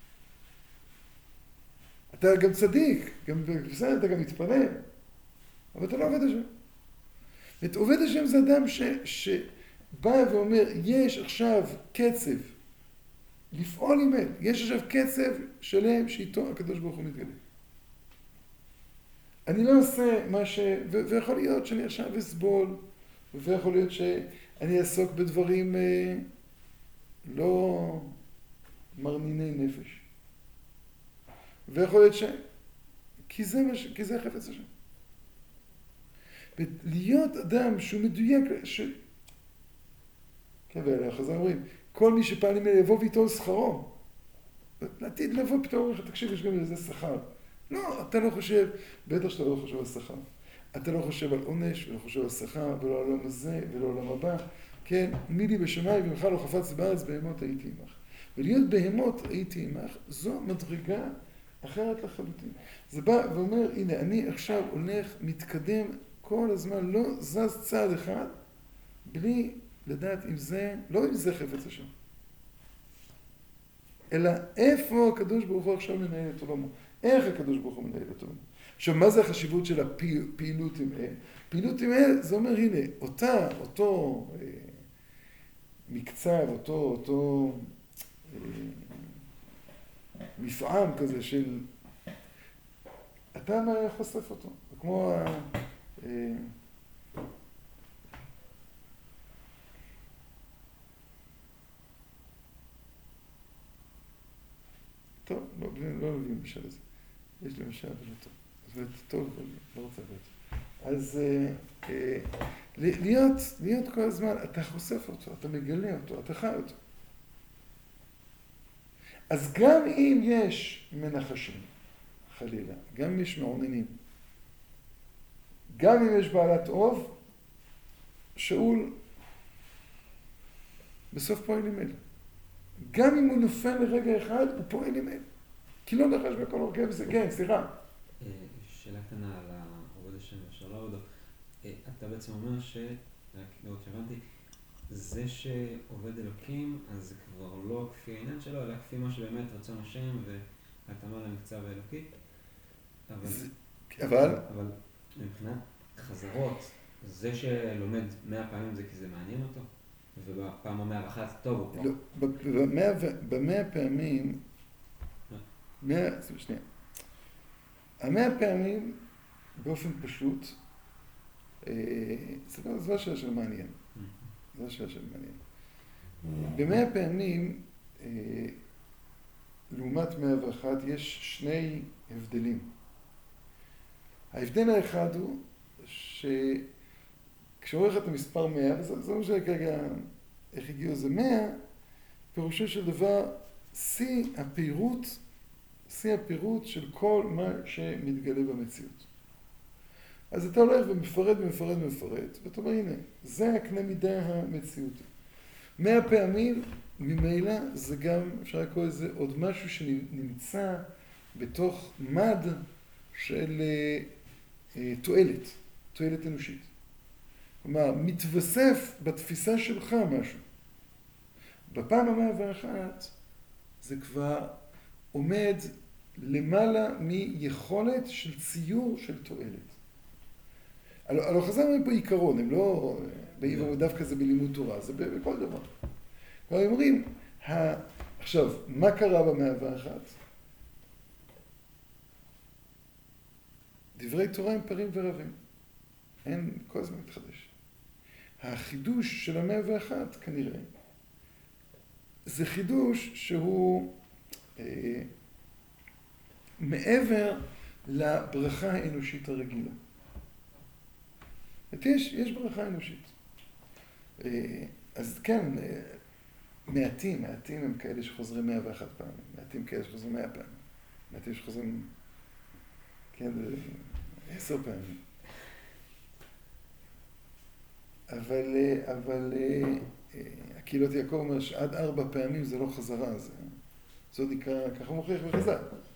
אתה גם צדיק, גם בסדר, אתה גם מתפלל, אבל אתה לא עובד השם. את עובד השם זה אדם ש, בא ואומר, יש עכשיו קצב לפעול עם אל, יש עכשיו קצב שלם שאיתו הקדוש ברוך הוא מתגלה. אני לא עושה מה ש... ו- ויכול להיות שאני עכשיו אסבול, ויכול להיות שאני אעסוק בדברים אה, לא מרניני נפש. ויכול להיות ש... כי זה, מה ש... כי זה חפץ השם. להיות אדם שהוא מדויק, ש... כן, והחז"ל אומרים, כל מי שפעל עם אל יבוא ויטול שכרו. לעתיד לבוא פתאום, תקשיב, יש גם לזה שכר. לא, אתה לא חושב, בטח שאתה לא חושב על שכר. אתה לא חושב על עונש, ולא חושב על שכר, ולא על העולם הזה, ולא על העולם הבא. כן, מי לי בשמיים ומך לא חפץ בארץ, בהמות הייתי עמך. ולהיות בהמות הייתי עמך, זו מדרגה אחרת לחלוטין. זה בא ואומר, הנה, אני עכשיו הולך, מתקדם כל הזמן, לא זז צעד אחד, בלי לדעת אם זה, לא אם זה חפץ השם. אלא איפה הקדוש ברוך הוא עכשיו מנהל את עולמו. איך הקדוש ברוך הוא מנהל את עולמו. עכשיו, מה זה החשיבות של הפעילות עם אל? פעילות עם אל, זה אומר, הנה, אותה, אותו אה, מקצב, אותו, אותו אה, מפעם כזה של... אתה חושף אותו. כמו ה... אה, טוב, לא, לא נביא משל לזה. יש לי משל, אבל לא טוב. זאת אומרת, טוב, אבל לא רוצה להיות. אז אה, אה, להיות, להיות כל הזמן, אתה חושף אותו, אתה מגלה אותו, אתה חי אותו. אז גם אם יש מנחשים, חלילה, גם אם יש מעוננים, גם אם יש בעלת אוב, שאול בסוף פועל עם אל. גם אם הוא נופל לרגע אחד, הוא פועל עם אל. כי לא נחש בכל אורכי וזה, כן, סליחה. שאלה קטנה על העובד השם ושאלה עודו. אתה בעצם אומר ש... רק לראות שהבנתי, זה שעובד אלוקים, אז זה כבר לא כפי העניין שלו, אלא כפי מה שבאמת רצון השם והתאמה למקצב האלוקי. אבל... אבל... אבל מבחינת חזרות, זה שלומד מאה פעמים זה כי זה מעניין אותו? ובפעם המאה ואחת, טוב, הוא כבר. לא, במאה פעמים, מאה, שנייה, המאה פעמים, באופן פשוט, זה לא השאלה של מעניין. זה השאלה של מעניין. במאה פעמים, לעומת מאה ואחת, יש שני הבדלים. ההבדל האחד הוא, שכשעורך את המספר מאה, וזה לא משנה כרגע איך הגיעו זה מאה, פירושו של דבר, שיא הפירוט, שיא הפירוט של כל מה שמתגלה במציאות. אז אתה הולך ומפרט ומפרט ומפרט, ואתה אומר, הנה, זה הקנה מידה המציאותי. מאה פעמים, ממילא, זה גם, אפשר לקרוא לזה עוד משהו שנמצא בתוך מד של אה, תועלת, תועלת אנושית. כלומר, מתווסף בתפיסה שלך משהו. בפעם המאה ואחת, זה כבר עומד למעלה מיכולת של ציור של תועלת. הלוא חז"ל אומרים פה עיקרון, הם לא באים ואומרים דווקא זה בלימוד תורה, זה בכל דבר. כלומר, הם אומרים, עכשיו, מה קרה במאה ואחת? דברי תורה הם פרים ורבים. אין, כל הזמן מתחדש. החידוש של המאה ואחת, כנראה, זה חידוש שהוא אה, מעבר לברכה האנושית הרגילה. יש, יש ברכה אנושית. אה, אז כן, אה, מעטים, מעטים הם כאלה שחוזרים מאה ואחת פעמים, מעטים כאלה שחוזרים מאה פעמים, מעטים שחוזרים, כן, עשר פעמים. אבל, אבל הקהילות יעקב אומר שעד ארבע פעמים זה לא חזרה, זה, זאת נקרא, ככה מוכיח וחזר,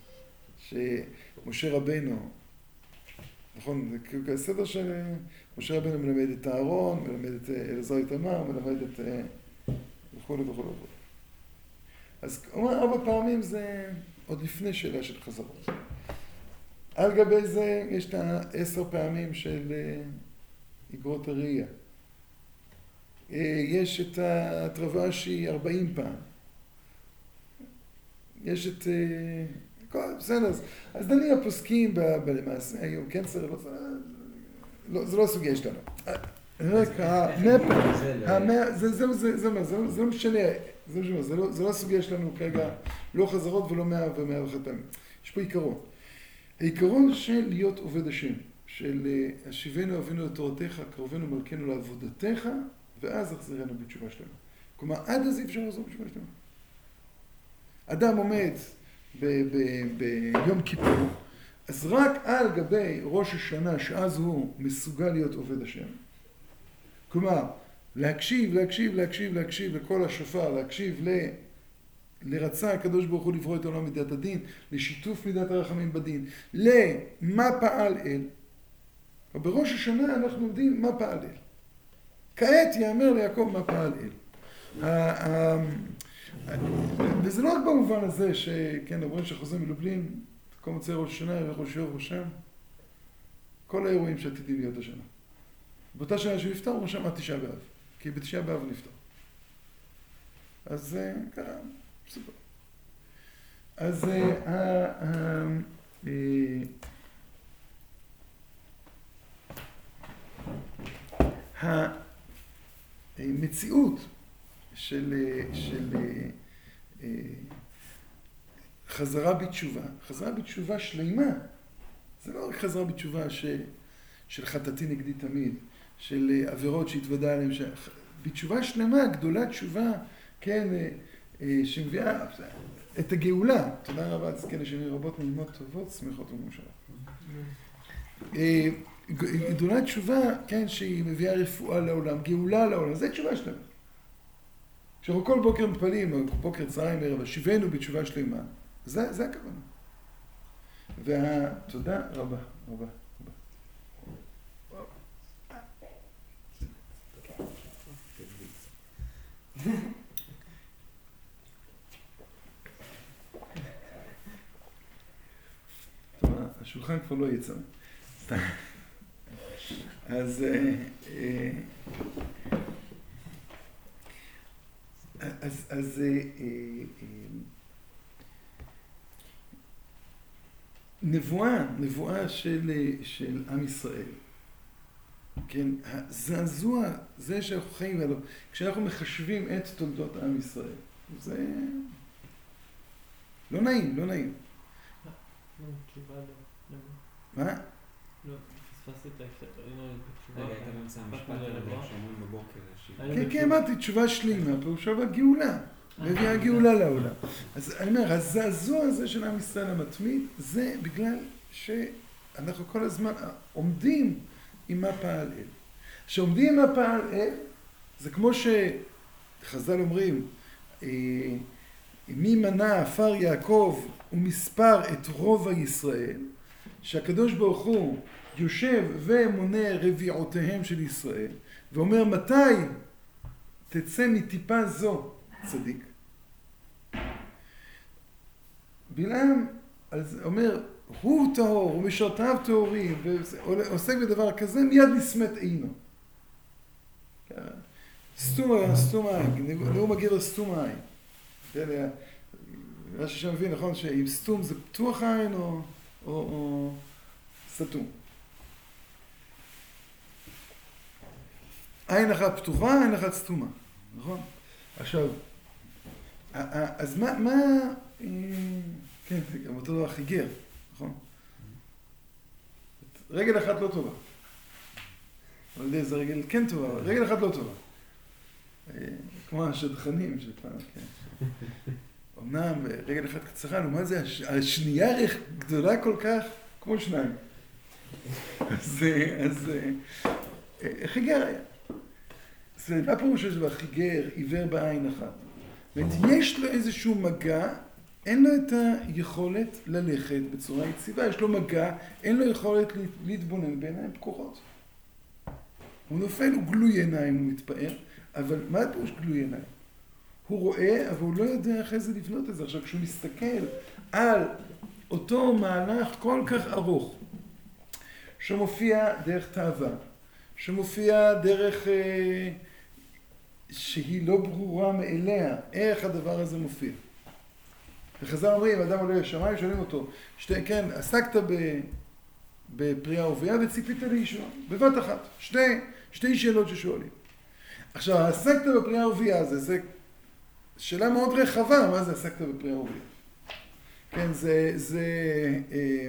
שמשה רבנו, נכון, זה הסדר שמשה רבנו מלמד את אהרון, מלמד את אלעזר איתמר, מלמד את וכו' וכו' וכו'. אז אומר ארבע פעמים זה עוד לפני שאלה של חזרות. על גבי זה יש את העשר פעמים של איגרות הראייה. יש את התרבה שהיא ארבעים פעם. יש את... בסדר, אז דנים הפוסקים בלמעשה היום, כן, זה לא הסוגיה שלנו. רק הנפח, זה לא משנה, זה לא הסוגיה שלנו כרגע, לא חזרות ולא מאה ומאה ואחת פעמים. יש פה עיקרון. העיקרון של להיות עובד השם, של השיבנו אבינו לתורתך, קרבנו מלכנו לעבודתך, ואז החזירנו בתשובה שלנו. כלומר, עד אז אי אפשר לעזור בתשובה שלנו. אדם עומד ביום כיפור, אז רק על גבי ראש השנה, שאז הוא מסוגל להיות עובד השם. כלומר, להקשיב, להקשיב, להקשיב, להקשיב לכל השופר, להקשיב ל... לרצה הקדוש ברוך הוא לברוא את העולם מידת הדין, לשיתוף מידת הרחמים בדין, למה פעל אל. בראש השנה אנחנו יודעים מה פעל אל. כעת יאמר ליעקב מה פעל אל. וזה לא רק במובן הזה שכן, אומרים שחוזה מלובלין, כל מוצאי ראש השנה, ראש יור ראשם, כל האירועים שעתידים להיות השנה. באותה שנה שהוא יפטר, הוא ראשם עד תשעה באב, כי בתשעה באב הוא נפטר. אז ככה, סופר. אז המציאות של, של חזרה בתשובה, חזרה בתשובה שלימה, זה לא רק חזרה בתשובה ש, של חטאתי נגדי תמיד, של עבירות שהתוודע עליהן, בתשובה שלמה, גדולה תשובה, כן, שמביאה את הגאולה. תודה רבה, אז כן, יש רבות נעימות טובות, שמחות וממשלה. גדולה תשובה, כן, שהיא מביאה רפואה לעולם, גאולה לעולם, זה תשובה שלמה. כשאנחנו כל בוקר מתפללים, או בוקר צהריים ערב, שיבנו בתשובה שלמה, זה, זה הכוונה. והתודה רבה, רבה, רבה. טוב, השולחן כבר לא יצא. אז אז אז נבואה, נבואה של של עם ישראל. כן, הזעזוע, זה שאנחנו חיים עליו, כשאנחנו מחשבים את תולדות עם ישראל, זה לא נעים, לא נעים. לא, תשובה לא. מה? לא, פספסתי את התשובה. רגע, הייתה באמצע המשפט הזה, שאומרים בבוקר. כן, כן, אמרתי, תשובה שלימה, פירושה בגאולה, מביאה גאולה לעולם. אז אני אומר, הזעזוע הזה של עם ישראל המתמיד, זה בגלל שאנחנו כל הזמן עומדים עם מה פעל אל. כשעומדים עם מה פעל אל, זה כמו שחז"ל אומרים, מי מנה עפר יעקב ומספר את רוב הישראל, שהקדוש ברוך הוא יושב ומונה רביעותיהם של ישראל, ואומר מתי תצא מטיפה זו צדיק. בלעם אומר, הוא טהור, הוא משרתיו טהורים, ועוסק בדבר כזה, מיד נסמת עינו. סתום עין, סתום עין, נאום הגר סתום עין. מה ששם מבין, נכון, שאם סתום זה פתוח עין או, או, או סתום. עין אחת פתוחה, עין אחת סתומה, נכון? עכשיו, אז מה, מה, כן, זה גם אותו דבר חיגר, נכון? רגל אחת לא טובה. אבל איזה רגל כן טובה, אבל רגל אחת לא טובה. כמו השדכנים שפעם, כן. אמנם רגל אחת קצרה, לעומת זה, השנייה גדולה כל כך, כמו שניים. אז, אז, חיגר היה. אז מה פירוש של דבר? חיגר, עיוור בעין אחת. זאת אומרת, יש לו איזשהו מגע, אין לו את היכולת ללכת בצורה יציבה, יש לו מגע, אין לו יכולת להתבונן בעיניים פקוחות. הוא נופל, הוא גלוי עיניים, הוא מתפאר, אבל מה פירוש גלוי עיניים? הוא רואה, אבל הוא לא יודע אחרי זה לבנות את זה. עכשיו, כשהוא מסתכל על אותו מהלך כל כך ארוך, שמופיע דרך תאווה, שמופיע דרך אה, שהיא לא ברורה מאליה, איך הדבר הזה מופיע. וחז"ל אומרים, אדם עולה לשמיים, שואלים אותו, שתי, כן, עסקת ב, בפריאה ורבייה וציפית לישועה, בבת אחת. שתי, שתי שאלות ששואלים. עכשיו, עסקת בפריאה ורבייה, זה, זה שאלה מאוד רחבה, מה זה עסקת בפריאה ורבייה? כן, זה, זה, אה,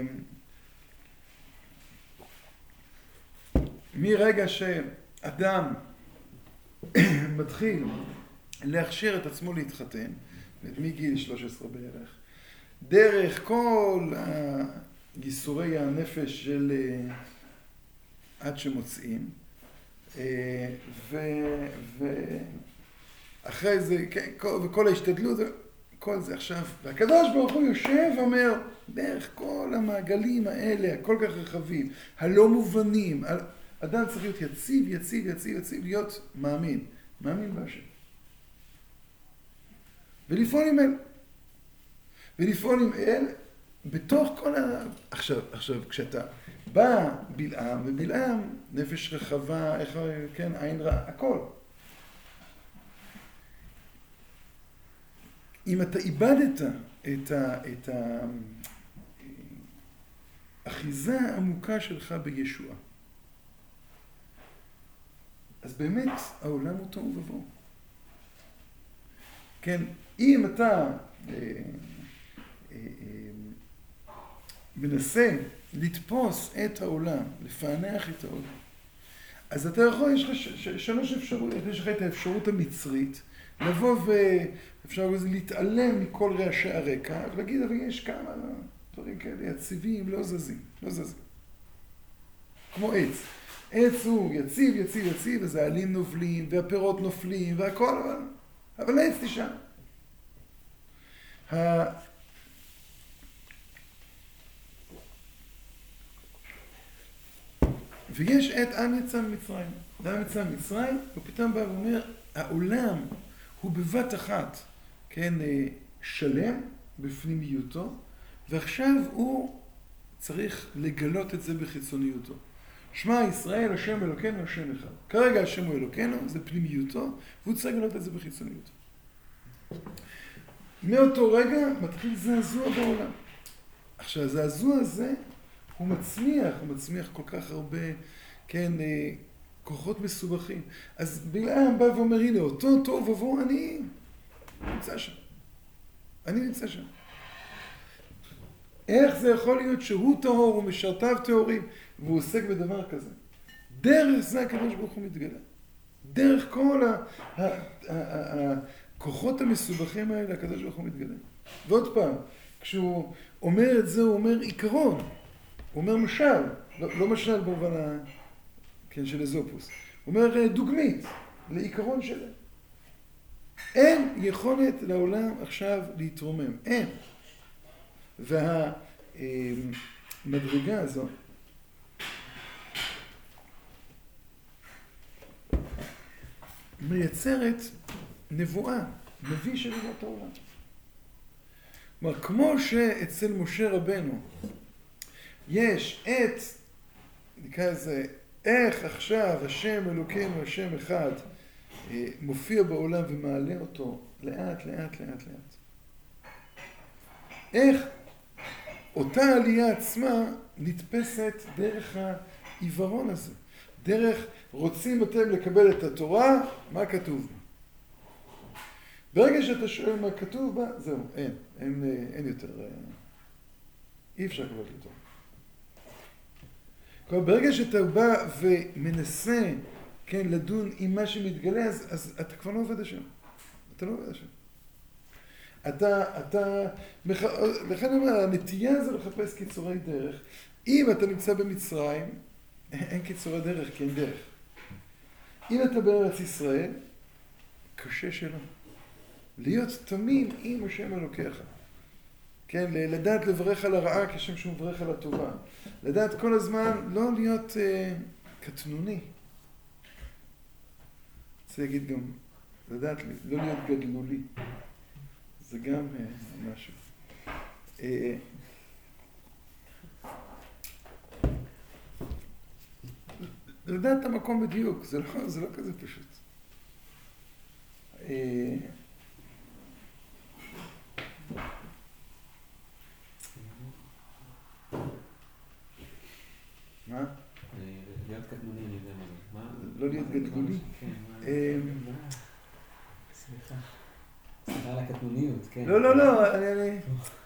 מרגע שאדם מתחיל להכשיר את עצמו להתחתן, מגיל שלוש עשרה בערך, דרך כל ייסורי הנפש של עד שמוצאים, ואחרי זה, וכל ההשתדלות, כל זה עכשיו, והקדוש ברוך הוא יושב ואומר, דרך כל המעגלים האלה, הכל כך רחבים, הלא מובנים, אדם צריך להיות יציב, יציב, יציב, יציב, להיות מאמין, מאמין בהשם. ולפעול עם אל. ולפעול עם אל בתוך כל ה... עכשיו, עכשיו, כשאתה בא בלעם, ובלעם נפש רחבה, איך, כן, עין רע, הכל. אם אתה איבדת את ה... את ה... האחיזה העמוקה שלך בישועה, אז באמת העולם הוא תוהו ובוהו. כן, אם אתה אה, אה, אה, מנסה לתפוס את העולם, לפענח את העולם, אז אתה יכול, יש לך ש- ש- שלוש אפשרויות, יש לך את האפשרות המצרית, לבוא ואפשר להתעלם מכל רעשי הרקע, ולהגיד, אבל יש כמה דברים כאלה יציבים, לא זזים, לא זזים. כמו עץ. עץ הוא יציב, יציב, יציב, אז העלים נובלים, והפירות נופלים, והכל, אבל, אבל העץ נשאר. ה... ויש את עם יצא ממצרים. עם יצא ממצרים, הוא פתאום בא ואומר, העולם הוא בבת אחת, כן, שלם בפנימיותו, ועכשיו הוא צריך לגלות את זה בחיצוניותו. שמע ישראל, השם אלוקינו, השם אחד. כרגע השם הוא אלוקינו, זה פנימיותו, והוא צריך לגלות את זה בחיצוניותו. מאותו רגע מתחיל זעזוע בעולם. עכשיו, הזעזוע הזה, הוא מצמיח, הוא מצמיח כל כך הרבה, כן, כוחות מסובכים. אז בלעם בא ואומר, הנה, אותו טוב ובוא, אני נמצא שם. אני נמצא שם. איך זה יכול להיות שהוא טהור ומשרתיו טהורים, והוא עוסק בדבר כזה? דרך זה הקדוש ברוך הוא מתגלה. דרך כל הכוחות המסובכים האלה, הקדוש ברוך הוא מתגלה. ועוד פעם, כשהוא אומר את זה, הוא אומר עיקרון. הוא אומר משל, לא, לא משל במובן ה... כן, של אזופוס. הוא אומר דוגמית, לעיקרון שלה. אין יכולת לעולם עכשיו להתרומם. אין. והמדרגה הזו מייצרת נבואה, נביא של נבואת העולם. כלומר, כמו שאצל משה רבנו יש את, נקרא לזה, איך עכשיו השם אלוקינו, השם אחד, מופיע בעולם ומעלה אותו לאט, לאט, לאט, לאט. איך אותה עלייה עצמה נתפסת דרך העיוורון הזה. דרך רוצים אתם לקבל את התורה, מה כתוב בה? ברגע שאתה שואל מה כתוב בה, זהו, אין, אין, אין יותר, אי אפשר לקבל את התורה. כלומר, ברגע שאתה בא ומנסה, כן, לדון עם מה שמתגלה, אז, אז אתה כבר לא עובד השם. אתה לא עובד השם. אתה, אתה, לכן אומר, הנטייה הזו לחפש קיצורי דרך. אם אתה נמצא במצרים, אין קיצורי דרך, כי אין דרך. אם אתה בארץ ישראל, קשה שלא. להיות תמים עם השם אלוקיך. כן, לדעת לברך על הרעה כשם שהוא מברך על הטובה. לדעת כל הזמן לא להיות אה, קטנוני. רוצה להגיד גם, לדעת לא להיות גדלולי. זה גם אה, משהו. אה, לדעת את המקום בדיוק, זה לא, זה לא כזה פשוט. מה? להיות קטנוני, אני יודע מה זה. לא להיות גדלולי? סליחה. סליחה על הקטנוניות, כן. לא, לא, לא, אני...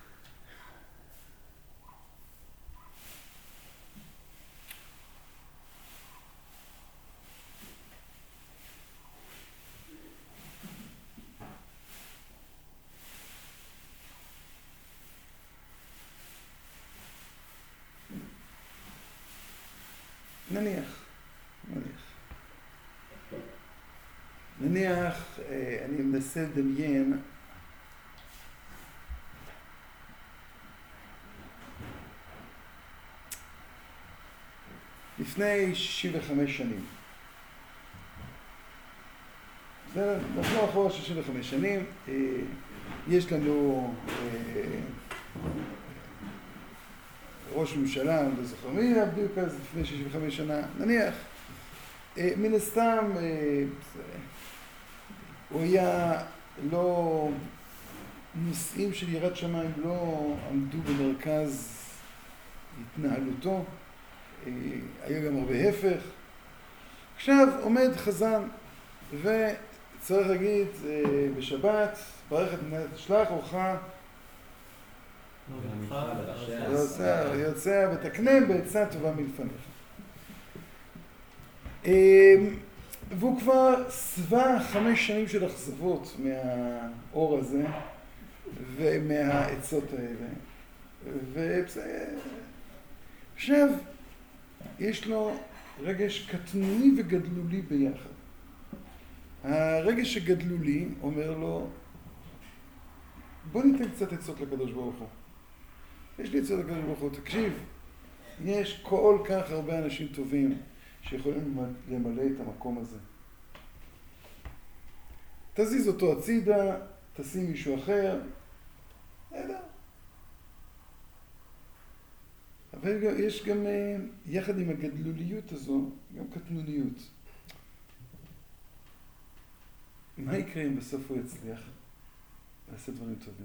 נניח, נניח. נניח, אני מנסה לדמיין לפני שישים וחמש שנים. זה נכון אחורה שישים וחמש שנים, יש לנו ראש ממשלה, לא זוכר מי, בדיוק אז לפני שישים וחמש שנה, נניח, מן הסתם, הוא היה לא, נושאים של יראת שמיים לא עמדו במרכז התנהלותו, היה גם הרבה הפך. עכשיו עומד חזן וצריך להגיד בשבת, ברך את מנהלת השלח אורך, יוצא, יוצא ותקנה בעצה טובה מלפניך. והוא כבר שבע חמש שנים של אכזבות מהאור הזה ומהעצות האלה. ועכשיו יש לו רגש קטנוני וגדלולי ביחד. הרגש הגדלולי אומר לו, בוא ניתן קצת עצות לקדוש ברוך הוא. יש לי עצות לקדוש ברוך הוא, תקשיב, יש כל כך הרבה אנשים טובים שיכולים למלא את המקום הזה. תזיז אותו הצידה, תשים מישהו אחר, נהדר. אבל יש גם, יחד עם הגדלוליות הזו, גם קטנוניות. מה יקרה אם בסוף הוא יצליח לעשות דברים טובים?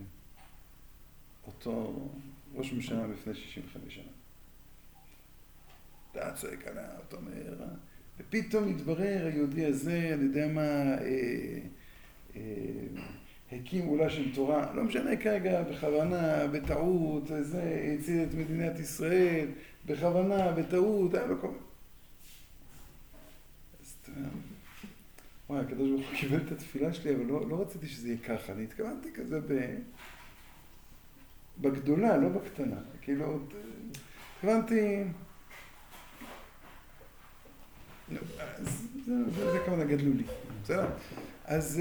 אותו ראש ממשלה לפני שישים וחמש שנה. אתה צועק עליו, אתה אומר, ופתאום התברר היהודי הזה, אני יודע מה, אה, אה, הקים עולה של תורה, לא משנה כרגע, בכוונה, בטעות, זה, הציל את מדינת ישראל, בכוונה, בטעות, היה לו כל... אז אתה אומר, וואי, הקדוש ברוך הוא קיבל את התפילה שלי, אבל לא, לא רציתי שזה יהיה ככה, אני התכוונתי כזה ב... בגדולה, לא בקטנה, כאילו, התכוונתי... לא, אז זה, זה, זה כמובן גדלו לי, בסדר? אז...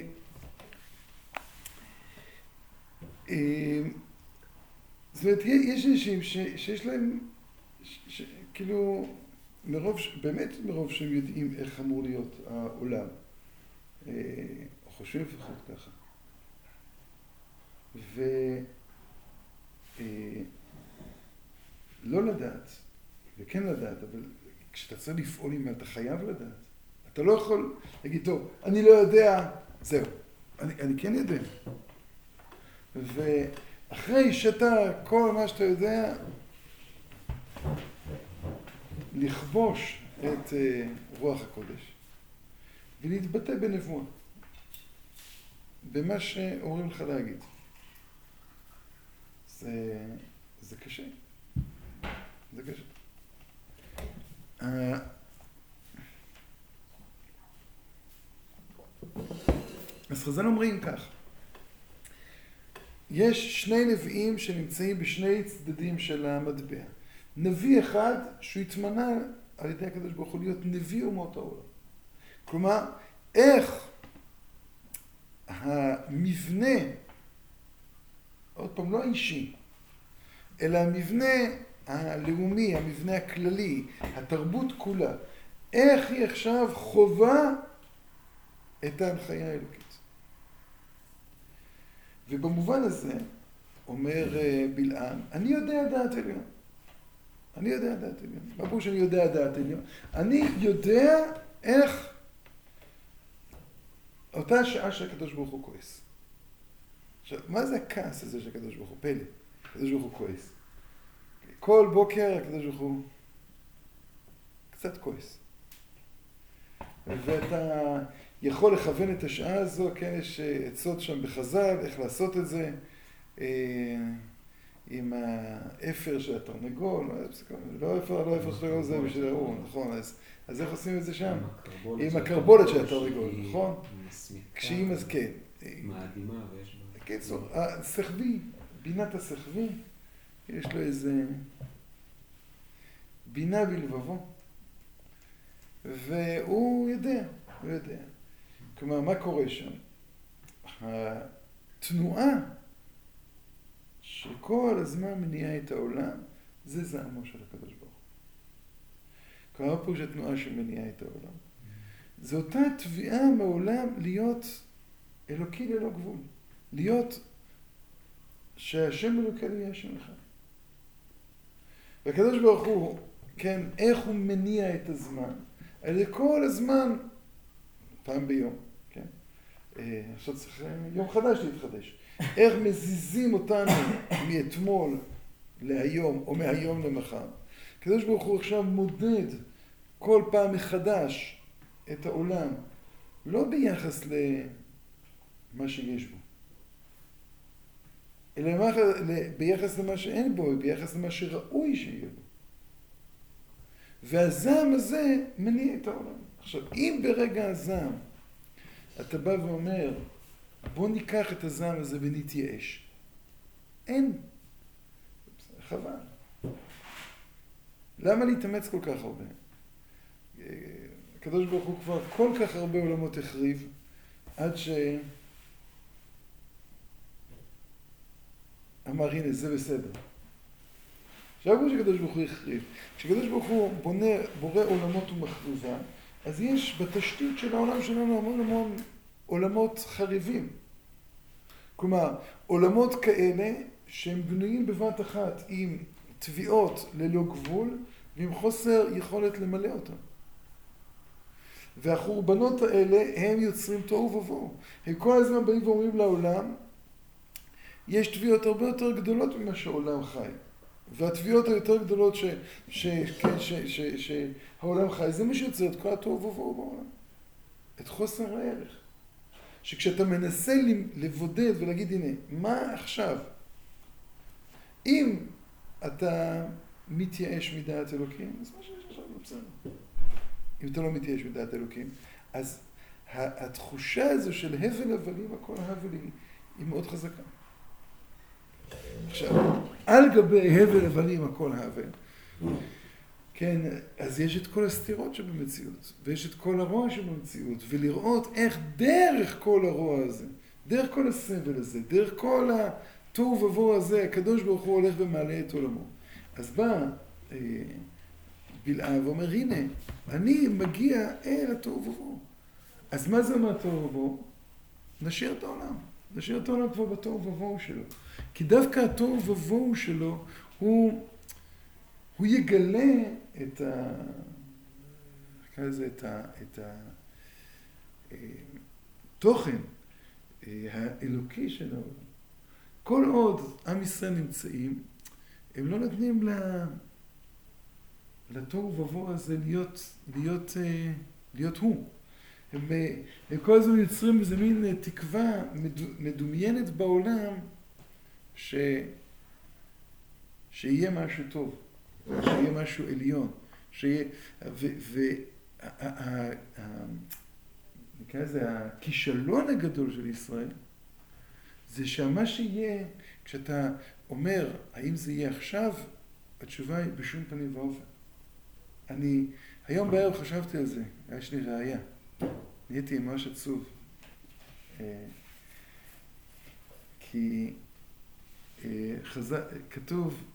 זאת אומרת, יש אנשים ש, שיש להם, ש, ש, כאילו, מרוב, באמת מרוב שהם יודעים איך אמור להיות העולם, או חושבים לפחות ככה. ולא לדעת, וכן לדעת, אבל כשאתה צריך לפעול עם, אתה חייב לדעת. אתה לא יכול להגיד, טוב, אני לא יודע, זהו. אני, אני כן יודע. ואחרי שאתה, כל מה שאתה יודע, לכבוש את uh, רוח הקודש, ולהתבטא בנבואה, במה שאומרים לך להגיד. זה, זה קשה. זה קשה. Uh, אז חז"ל אומרים כך, יש שני נביאים שנמצאים בשני צדדים של המטבע. נביא אחד שהוא התמנה על ידי הקדוש ברוך הוא להיות נביא אומות העולם. כלומר, איך המבנה, עוד פעם לא האישי, אלא המבנה הלאומי, המבנה הכללי, התרבות כולה, איך היא עכשיו חובה את ההנחיה האלוקית. ובמובן הזה, אומר בלעם, אני יודע דעת עליון. אני יודע דעת עליון. מה פירוש שאני יודע דעת עליון? אני יודע איך אותה שעה שהקדוש ברוך הוא כועס. עכשיו, מה זה הכעס הזה של הקדוש ברוך הוא? פלא. הקדוש ברוך הוא כועס. כל בוקר הקדוש ברוך הוא קצת כועס. ואתה יכול לכוון את השעה הזו, כן, יש עצות שם בחז"ל, איך לעשות את זה, עם האפר של התרנגול, לא אפר, לא אפר של התרנגול, זה בשביל האור, נכון, אז, אז איך עושים את זה שם? עם הקרבולת של התרנגול, נכון? כשהיא מזכן. מאדימה ויש בה... קיצור, הסחבי, בינת הסחבי, יש לו איזה בינה בלבבו, והוא יודע, הוא יודע. כלומר, מה קורה שם? התנועה שכל הזמן מניעה את העולם, זה זעמו של הקדוש ברוך הוא. כלומר, פה יש התנועה שמניעה את העולם. זו אותה תביעה מעולם להיות אלוקי ללא גבול. להיות שהשם אלוקי יהיה השם אחד. והקדוש ברוך הוא, כן, איך הוא מניע את הזמן? על זה כל הזמן, פעם ביום, כן? עכשיו צריך יום חדש להתחדש. איך מזיזים אותנו מאתמול להיום, או מהיום למחר. הקדוש ברוך הוא עכשיו מודד כל פעם מחדש את העולם, לא ביחס למה שיש בו, אלא ביחס למה שאין בו, ביחס למה שראוי שיהיה בו. והזעם הזה מניע את העולם. עכשיו, אם ברגע הזעם אתה בא ואומר, בוא ניקח את הזעם הזה ונתייאש, אין. חבל. למה להתאמץ כל כך הרבה? הקדוש ברוך הוא כבר כל כך הרבה עולמות החריב, עד ש... אמר, הנה, זה בסדר. עכשיו, כמו שקדוש ברוך הוא החריב, כשקדוש ברוך הוא בונה, בורא עולמות ומחריבה, אז יש בתשתית של העולם שלנו המון המון עולמות חריבים. כלומר, עולמות כאלה שהם בנויים בבת אחת עם תביעות ללא גבול ועם חוסר יכולת למלא אותם. והחורבנות האלה הם יוצרים תוהו ובוהו. הם כל הזמן באים ואומרים לעולם, יש תביעות הרבה יותר גדולות ממה שהעולם חי. והתביעות היותר גדולות ש, ש, כן, ש, ש, ש, שהעולם חי, זה מה שיוצר את כל התוהו ובוהו בעולם. את חוסר הערך. שכשאתה מנסה לבודד ולהגיד, הנה, מה עכשיו? אם אתה מתייאש מדעת אלוקים, אז מה שיש עכשיו לא בסדר. אם אתה לא מתייאש מדעת אלוקים, אז התחושה הזו של הבל הבלים, הכל הבלים, היא מאוד חזקה. עכשיו, על גבי הבל הבלים, הכל הבל, כן, אז יש את כל הסתירות שבמציאות, ויש את כל הרוע שבמציאות, ולראות איך דרך כל הרוע הזה, דרך כל הסבל הזה, דרך כל התוהו ובוהו הזה, הקדוש ברוך הוא הולך ומעלה את עולמו. אז בא אה, בלעם ואומר, הנה, אני מגיע אל התוהו ובוהו. אז מה זה אומר תוהו ובוהו? נשאיר את העולם. נשאיר את העולם כבר בתוהו ובוהו שלו. כי דווקא התוהו ובוהו שלו הוא... הוא יגלה את ה... כזה, את ה... את התוכן האלוקי של העולם. כל עוד עם ישראל נמצאים, הם לא נותנים לתוהו ובוהו הזה להיות, להיות, להיות הוא. הם, הם כל הזמן יוצרים איזה מין תקווה מדומיינת בעולם ש... שיהיה משהו טוב. שיהיה משהו עליון, שיהיה, ו, ו, נקרא לזה, הכישלון הגדול של ישראל, זה שמה שיהיה, כשאתה אומר, האם זה יהיה עכשיו, התשובה היא בשום פנים ואופן. אני, היום בערב חשבתי על זה, יש לי ראייה, נהייתי ממש עצוב, כי חז... כתוב,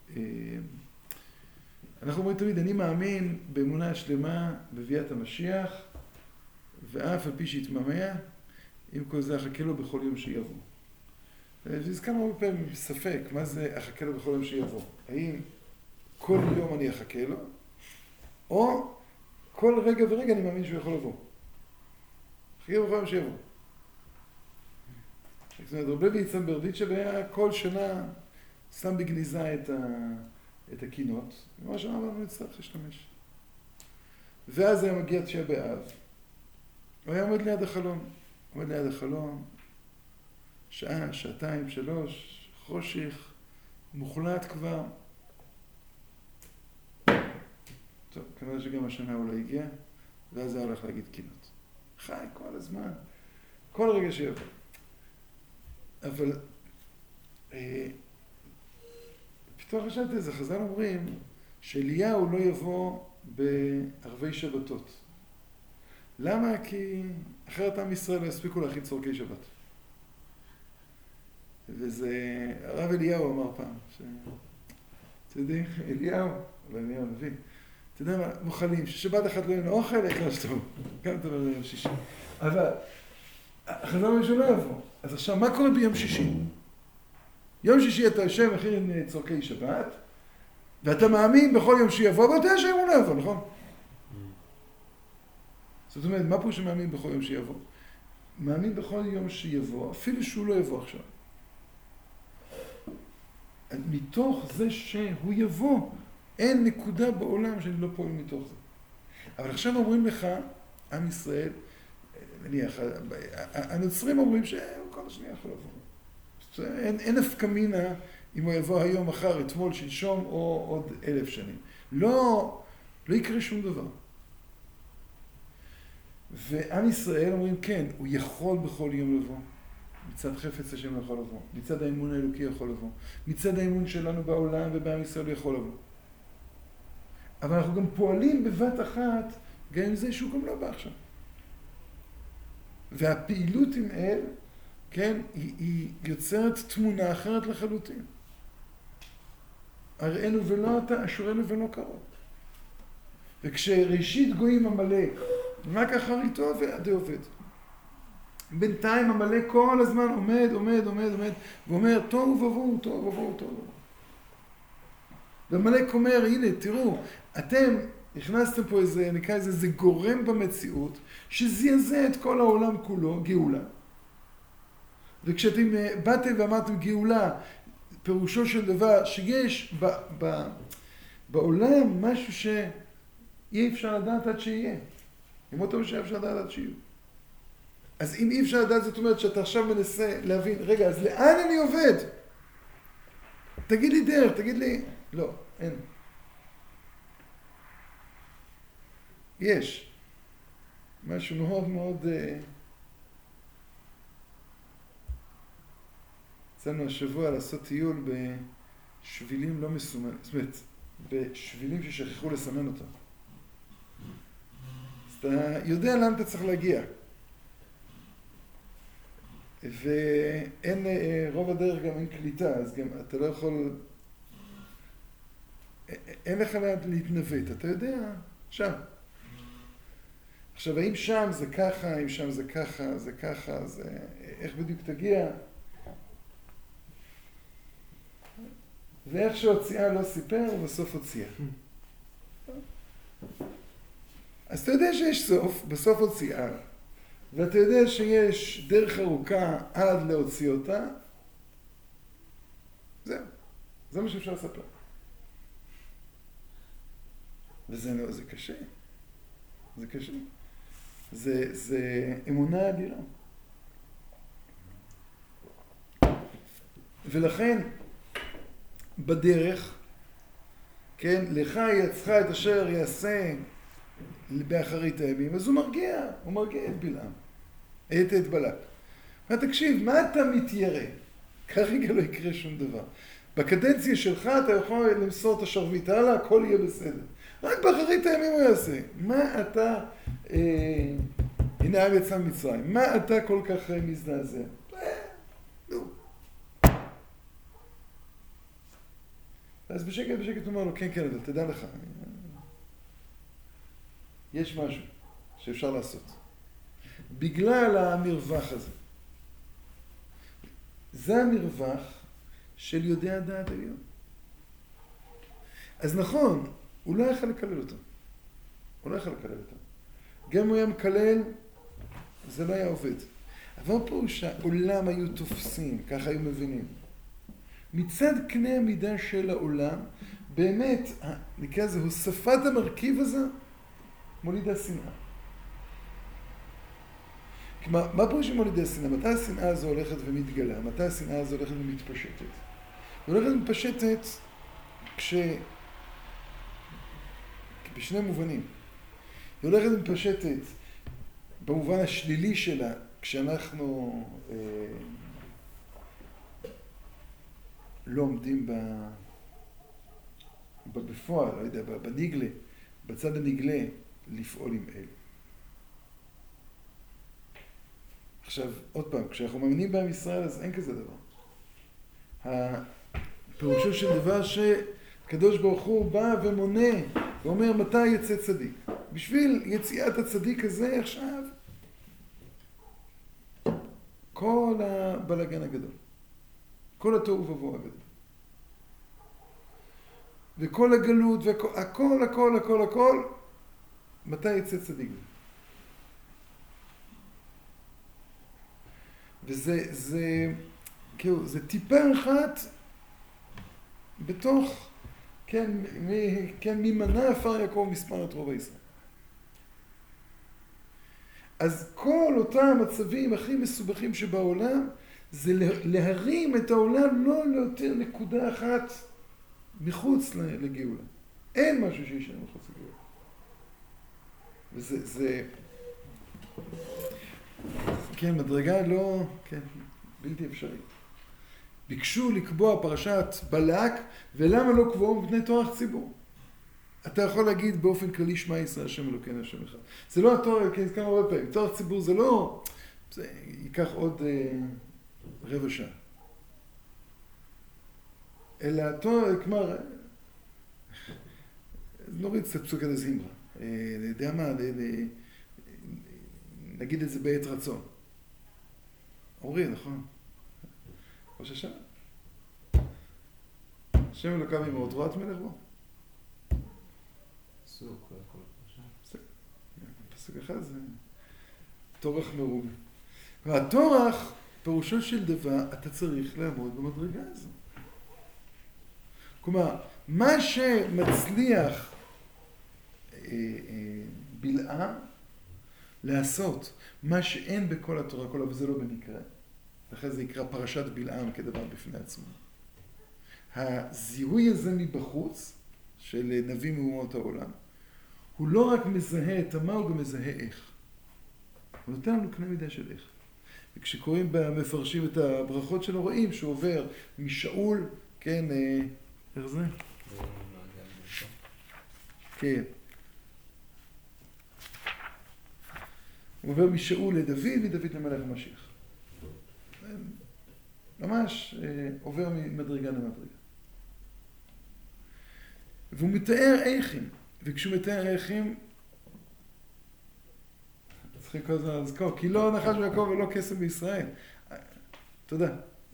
אנחנו אומרים תמיד, אני מאמין באמונה שלמה בביאת המשיח, ואף על פי שיתממע, עם כל זה אחכה לו בכל יום שיבוא. והזכרנו הרבה פעמים ספק, מה זה אחכה לו בכל יום שיבוא? האם כל יום אני אחכה לו, או כל רגע ורגע אני מאמין שהוא יכול לבוא. אחכה לו בכל יום שיבוא. זאת אומרת, רבי ליצן ברדיצ'ב היה כל שנה שם בגניזה את, ה, את הקינות, ומה שאמרנו נצטרך להשתמש. ואז היה מגיע תשעה באב. הוא היה עומד ליד החלון, עומד ליד החלון, שעה, שעתיים, שלוש, חושך, מוחלט כבר. טוב, כנראה שגם השנה הוא לא הגיע, ואז היה הולך להגיד קינות. חי כל הזמן, כל רגע שיבוא. אבל אה, פתאום חשבתי, זה חז"ל אומרים שאליהו לא יבוא בערבי שבתות. למה? כי אחרת עם ישראל לא יספיקו להכין צורכי שבת. וזה, הרב אליהו אמר פעם, ש... אתה יודע, אליהו, אבל אליהו נביא, אתה יודע מה, מוכלים, ששבת אחת לא יהיה אוכל, איך לא שתבוא, גם אתה אומר ביום שישי. אבל, החז"ל אומר שהוא לא יבוא. אז עכשיו, מה קורה ביום שישי? יום שישי אתה יושב מכין צורכי שבת, ואתה מאמין בכל יום שיבוא, אבל אתה יושב הוא לא יבוא, נכון? זאת אומרת, מה פה שמאמין בכל יום שיבוא? מאמין בכל יום שיבוא, אפילו שהוא לא יבוא עכשיו. מתוך זה שהוא יבוא, אין נקודה בעולם שאני לא פועל מתוך זה. אבל עכשיו אומרים לך, עם ישראל, נניח, הנוצרים אומרים שכל השנייה יכול לבוא. אין, אין הפקמינה אם הוא יבוא היום, מחר, אתמול, שלשום, או עוד אלף שנים. לא, לא יקרה שום דבר. ועם ישראל אומרים, כן, הוא יכול בכל יום לבוא. מצד חפץ השם יכול לבוא. מצד האמון האלוקי יכול לבוא. מצד האמון שלנו בעולם ובעם ישראל הוא יכול לבוא. אבל אנחנו גם פועלים בבת אחת, גם עם זה שהוא גם לא בא עכשיו. והפעילות עם אל, כן, היא, היא יוצרת תמונה אחרת לחלוטין. הראינו ולא אתה, אשורנו ולא קרוב. וכשראשית גויים עמלק, רק אחריתו ועדי עובד. בינתיים עמלק כל הזמן עומד, עומד, עומד, עומד, ואומר, תוהו ובוהו, תוהו ובוהו, תוהו ובוהו. ועמלק אומר, הנה, תראו, אתם הכנסתם פה איזה, נקרא איזה, זה גורם במציאות, שזעזע את כל העולם כולו, גאולה. וכשאתם באתם ואמרתם גאולה, פירושו של דבר, שיש ב, ב, בעולם משהו שאי אפשר לדעת עד שיהיה. אם אותו שאי אפשר לדעת עד שיהיו. אז אם אי אפשר לדעת, זאת אומרת שאתה עכשיו מנסה להבין, רגע, אז לאן אני עובד? תגיד לי דרך, תגיד לי, לא, אין. יש. משהו מאוד מאוד... יצאנו השבוע לעשות טיול בשבילים לא מסומנים, זאת אומרת, בשבילים ששכחו לסמן אותם. אז אתה יודע לאן אתה צריך להגיע. ואין, רוב הדרך גם אין קליטה, אז גם אתה לא יכול... אין לך להתנווט, אתה יודע, שם. עכשיו, האם שם זה ככה, האם שם זה ככה, זה ככה, אז איך בדיוק תגיע? ואיך שהוציאה לא סיפר, ובסוף הוציאה. אז אתה יודע שיש סוף, בסוף הוציאה, ואתה יודע שיש דרך ארוכה עד להוציא אותה, זהו. זה מה שאפשר לספר. וזה לא, זה קשה. זה קשה. זה, זה אמונה אדירה. ולכן, בדרך, כן, לך יצחק את אשר יעשה באחרית הימים, אז הוא מרגיע, הוא מרגיע את בלעם, את את בלק. ותקשיב, מה אתה מתיירא? כרגע לא יקרה שום דבר. בקדנציה שלך אתה יכול למסור את השרביט הלאה, הכל יהיה בסדר. רק באחרית הימים הוא יעשה. מה אתה, אה, הנה עם יצא מצרים, מה אתה כל כך מזדעזע? נו. אז בשקט, בשקט הוא אומר לו, כן, כן, אבל תדע לך, יש משהו שאפשר לעשות. בגלל המרווח הזה. זה המרווח של יודע דעת עליון. אז נכון, הוא לא יכול לקלל אותו. הוא לא יכול לקלל אותו. גם אם הוא היה מקלל, זה לא היה עובד. אבל פה שהעולם היו תופסים, ככה היו מבינים. מצד קנה המידה של העולם, באמת, נקרא לזה, הוספת המרכיב הזה, מולידה שנאה. כלומר, מה פה שמולידה שנאה? מתי השנאה הזו הולכת ומתגלה? מתי השנאה הזו הולכת ומתפשטת? היא הולכת ומתפשטת כש... בשני מובנים. היא הולכת ומתפשטת במובן השלילי שלה, כשאנחנו אה, לא עומדים ב... בפועל, לא יודע, בנגלה, בצד הנגלה, לפעול עם אל. עכשיו, עוד פעם, כשאנחנו מאמינים בעם ישראל, אז אין כזה דבר. הפירושו של דבר שקדוש ברוך הוא בא ומונה, ואומר מתי יצא צדיק. בשביל יציאת הצדיק הזה עכשיו, כל הבלגן הגדול, כל התוהו ובוהו הגדול. וכל הגלות, והכל, הכל, הכל, הכל, הכל, מתי יצא צדיק? וזה, זה, כאילו, זה טיפה אחת בתוך, כן, מ, כן, ממנה עפר יעקב מספר את רוב ישראל. אז כל אותם המצבים הכי מסובכים שבעולם, זה להרים את העולם לא ליותר נקודה אחת מחוץ לגאולה. אין משהו שישאר מחוץ לגאולה. וזה, זה... כן, מדרגה לא... כן, בלתי אפשרי. ביקשו לקבוע פרשת בלק, ולמה לא קבועו מפני תורך ציבור? אתה יכול להגיד באופן כללי שמע ישראל השם אלוקינו השם אחד. זה לא התואר, כי נזכרנו הרבה פעמים. תורך ציבור זה לא... זה ייקח עוד אה, רבע שעה. אלא התואר, כלומר... נוריד קצת פסוק עד הזמרה. אני יודע מה, נגיד את זה בעת רצון. אורי, נכון? ראש השנה. השם אלוקיו עמו, תרועת מלך בו. פסוק, כל פרשה. פסוק אחד זה תורך מרוג. והתורך, פירושו של דבר, אתה צריך לעמוד במדרגה הזו. כלומר, מה שמצליח בלעם לעשות, מה שאין בכל התורה, כל וזה לא במקרה, לכן זה יקרא פרשת בלעם כדבר בפני עצמו. הזיהוי הזה מבחוץ, של נביא מאומות העולם, הוא לא רק מזהה את מה, הוא גם מזהה איך. הוא נותן לנו קנה מידה של איך. וכשקוראים במפרשים את הברכות שלו, רואים שהוא עובר משאול, כן, איך זה? כן. הוא עובר משאול לדוד, ודוד למלך המשיח. ממש עובר ממדרגה למדרגה. והוא מתאר איכים, וכשהוא מתאר איכים, צריכים כל הזמן לזכור, כי לא נחש ביעקב ולא קסם בישראל. תודה.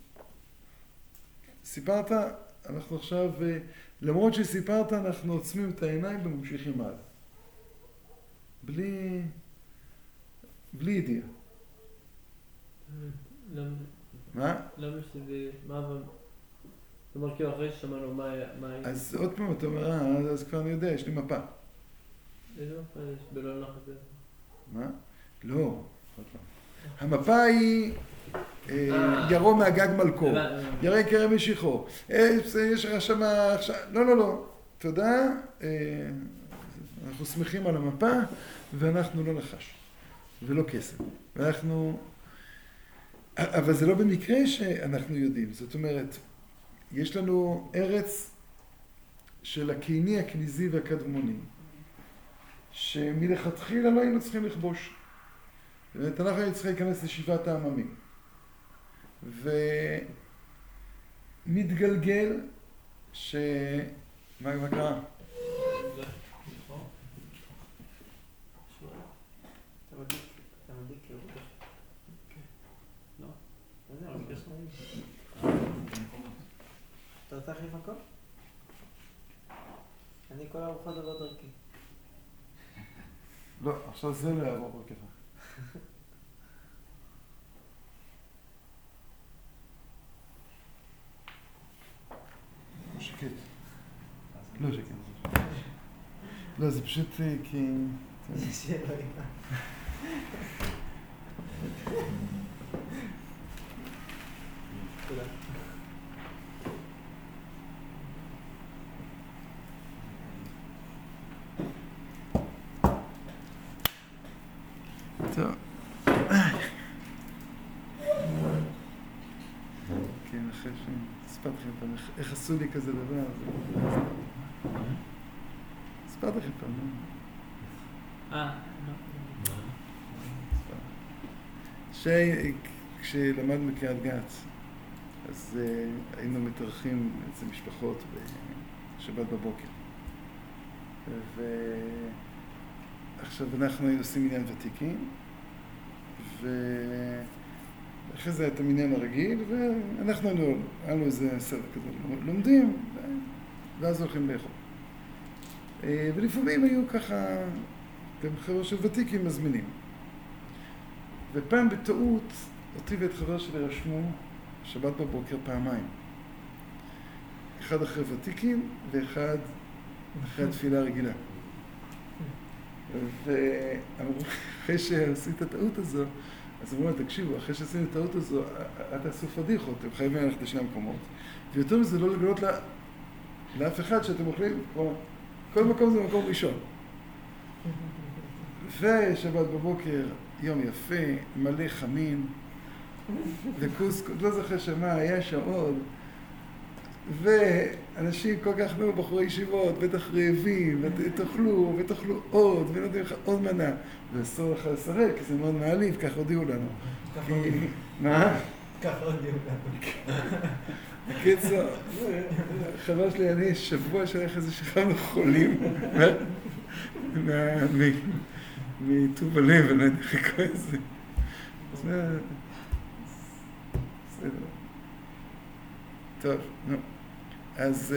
סיפרת, אנחנו עכשיו, למרות שסיפרת, אנחנו עוצמים את העיניים וממשיכים הלאה. בלי, בלי ידיעה. למה? מה? למה שזה, מה אבל... כלומר, כאילו אחרי ששמענו מה היה... אז עוד פעם, אתה אומר, אה, אז כבר אני יודע, יש לי מפה. איזה מפה יש? בלא נחת זה. מה? לא. המפה היא ירום מהגג מלכו, ירא כרם משיחו. יש לך שם עכשיו... לא, לא, לא. תודה. אנחנו שמחים על המפה, ואנחנו לא נחש. ולא קסם. ואנחנו... אבל זה לא במקרה שאנחנו יודעים. זאת אומרת, יש לנו ארץ של הקיני, הכניזי והקדמוני, שמלכתחילה לא היינו צריכים לכבוש. זאת אומרת, אנחנו היינו צריכים להיכנס לשבעת העממים. ומתגלגל ש... מה, מה קרה? אתה רוצה להחליף מקום? אני כל ארוחה דבר דרכי. לא, עכשיו זה לא יעבור דרכך. שקט. לא שקט. לא, זה פשוט כי... תודה. טוב. כן, אחרי שהספרתי לכם פעם, איך עשו לי כזה דבר? הספרתי לכם פעם, לא? אה, כשלמדנו בקריית גת, אז היינו מתארחים אצל משפחות בשבת בבוקר. ועכשיו אנחנו היינו עושים מניין ותיקים, ואחרי זה היה את המניין הרגיל, ואנחנו היינו, היה לנו איזה סדר כזה, לומדים, ואז הולכים לאכול. ולפעמים היו ככה, אתם חבר'ה של ותיקים מזמינים. ופעם בטעות, אותי ואת חבר שלי רשמו שבת בבוקר פעמיים. אחד אחרי ותיקים ואחד אחרי התפילה הרגילה. ואמרו, אחרי שעשו את הטעות הזו, אז אמרו לה, תקשיבו, אחרי שעשינו את הטעות הזו, אל תעשו פדיחות, אתם חייבים ללכת לשני המקומות. ויותר מזה, לא לגלות לה, לאף אחד שאתם אוכלים, כל מקום זה מקום ראשון. ושבת בבוקר, יום יפה, מלא חמין, וקוסקוס, לא זוכר שמה, היה שם עוד, ואנשים כל כך נו, בחורי ישיבות, בטח רעבים, ותאכלו, ותאכלו עוד, ונותנים לך עוד מנה, ואסור לך לסרק, כי זה מאוד מעליב, כך הודיעו לנו. מה? כך הודיעו לנו. בקיצור, חבר שלי, אני שבוע שלך איזה שכרנו חולים, מטוב הלב, אני לא יודע איך לקרוא את זה. בסדר. טוב, נו. אז...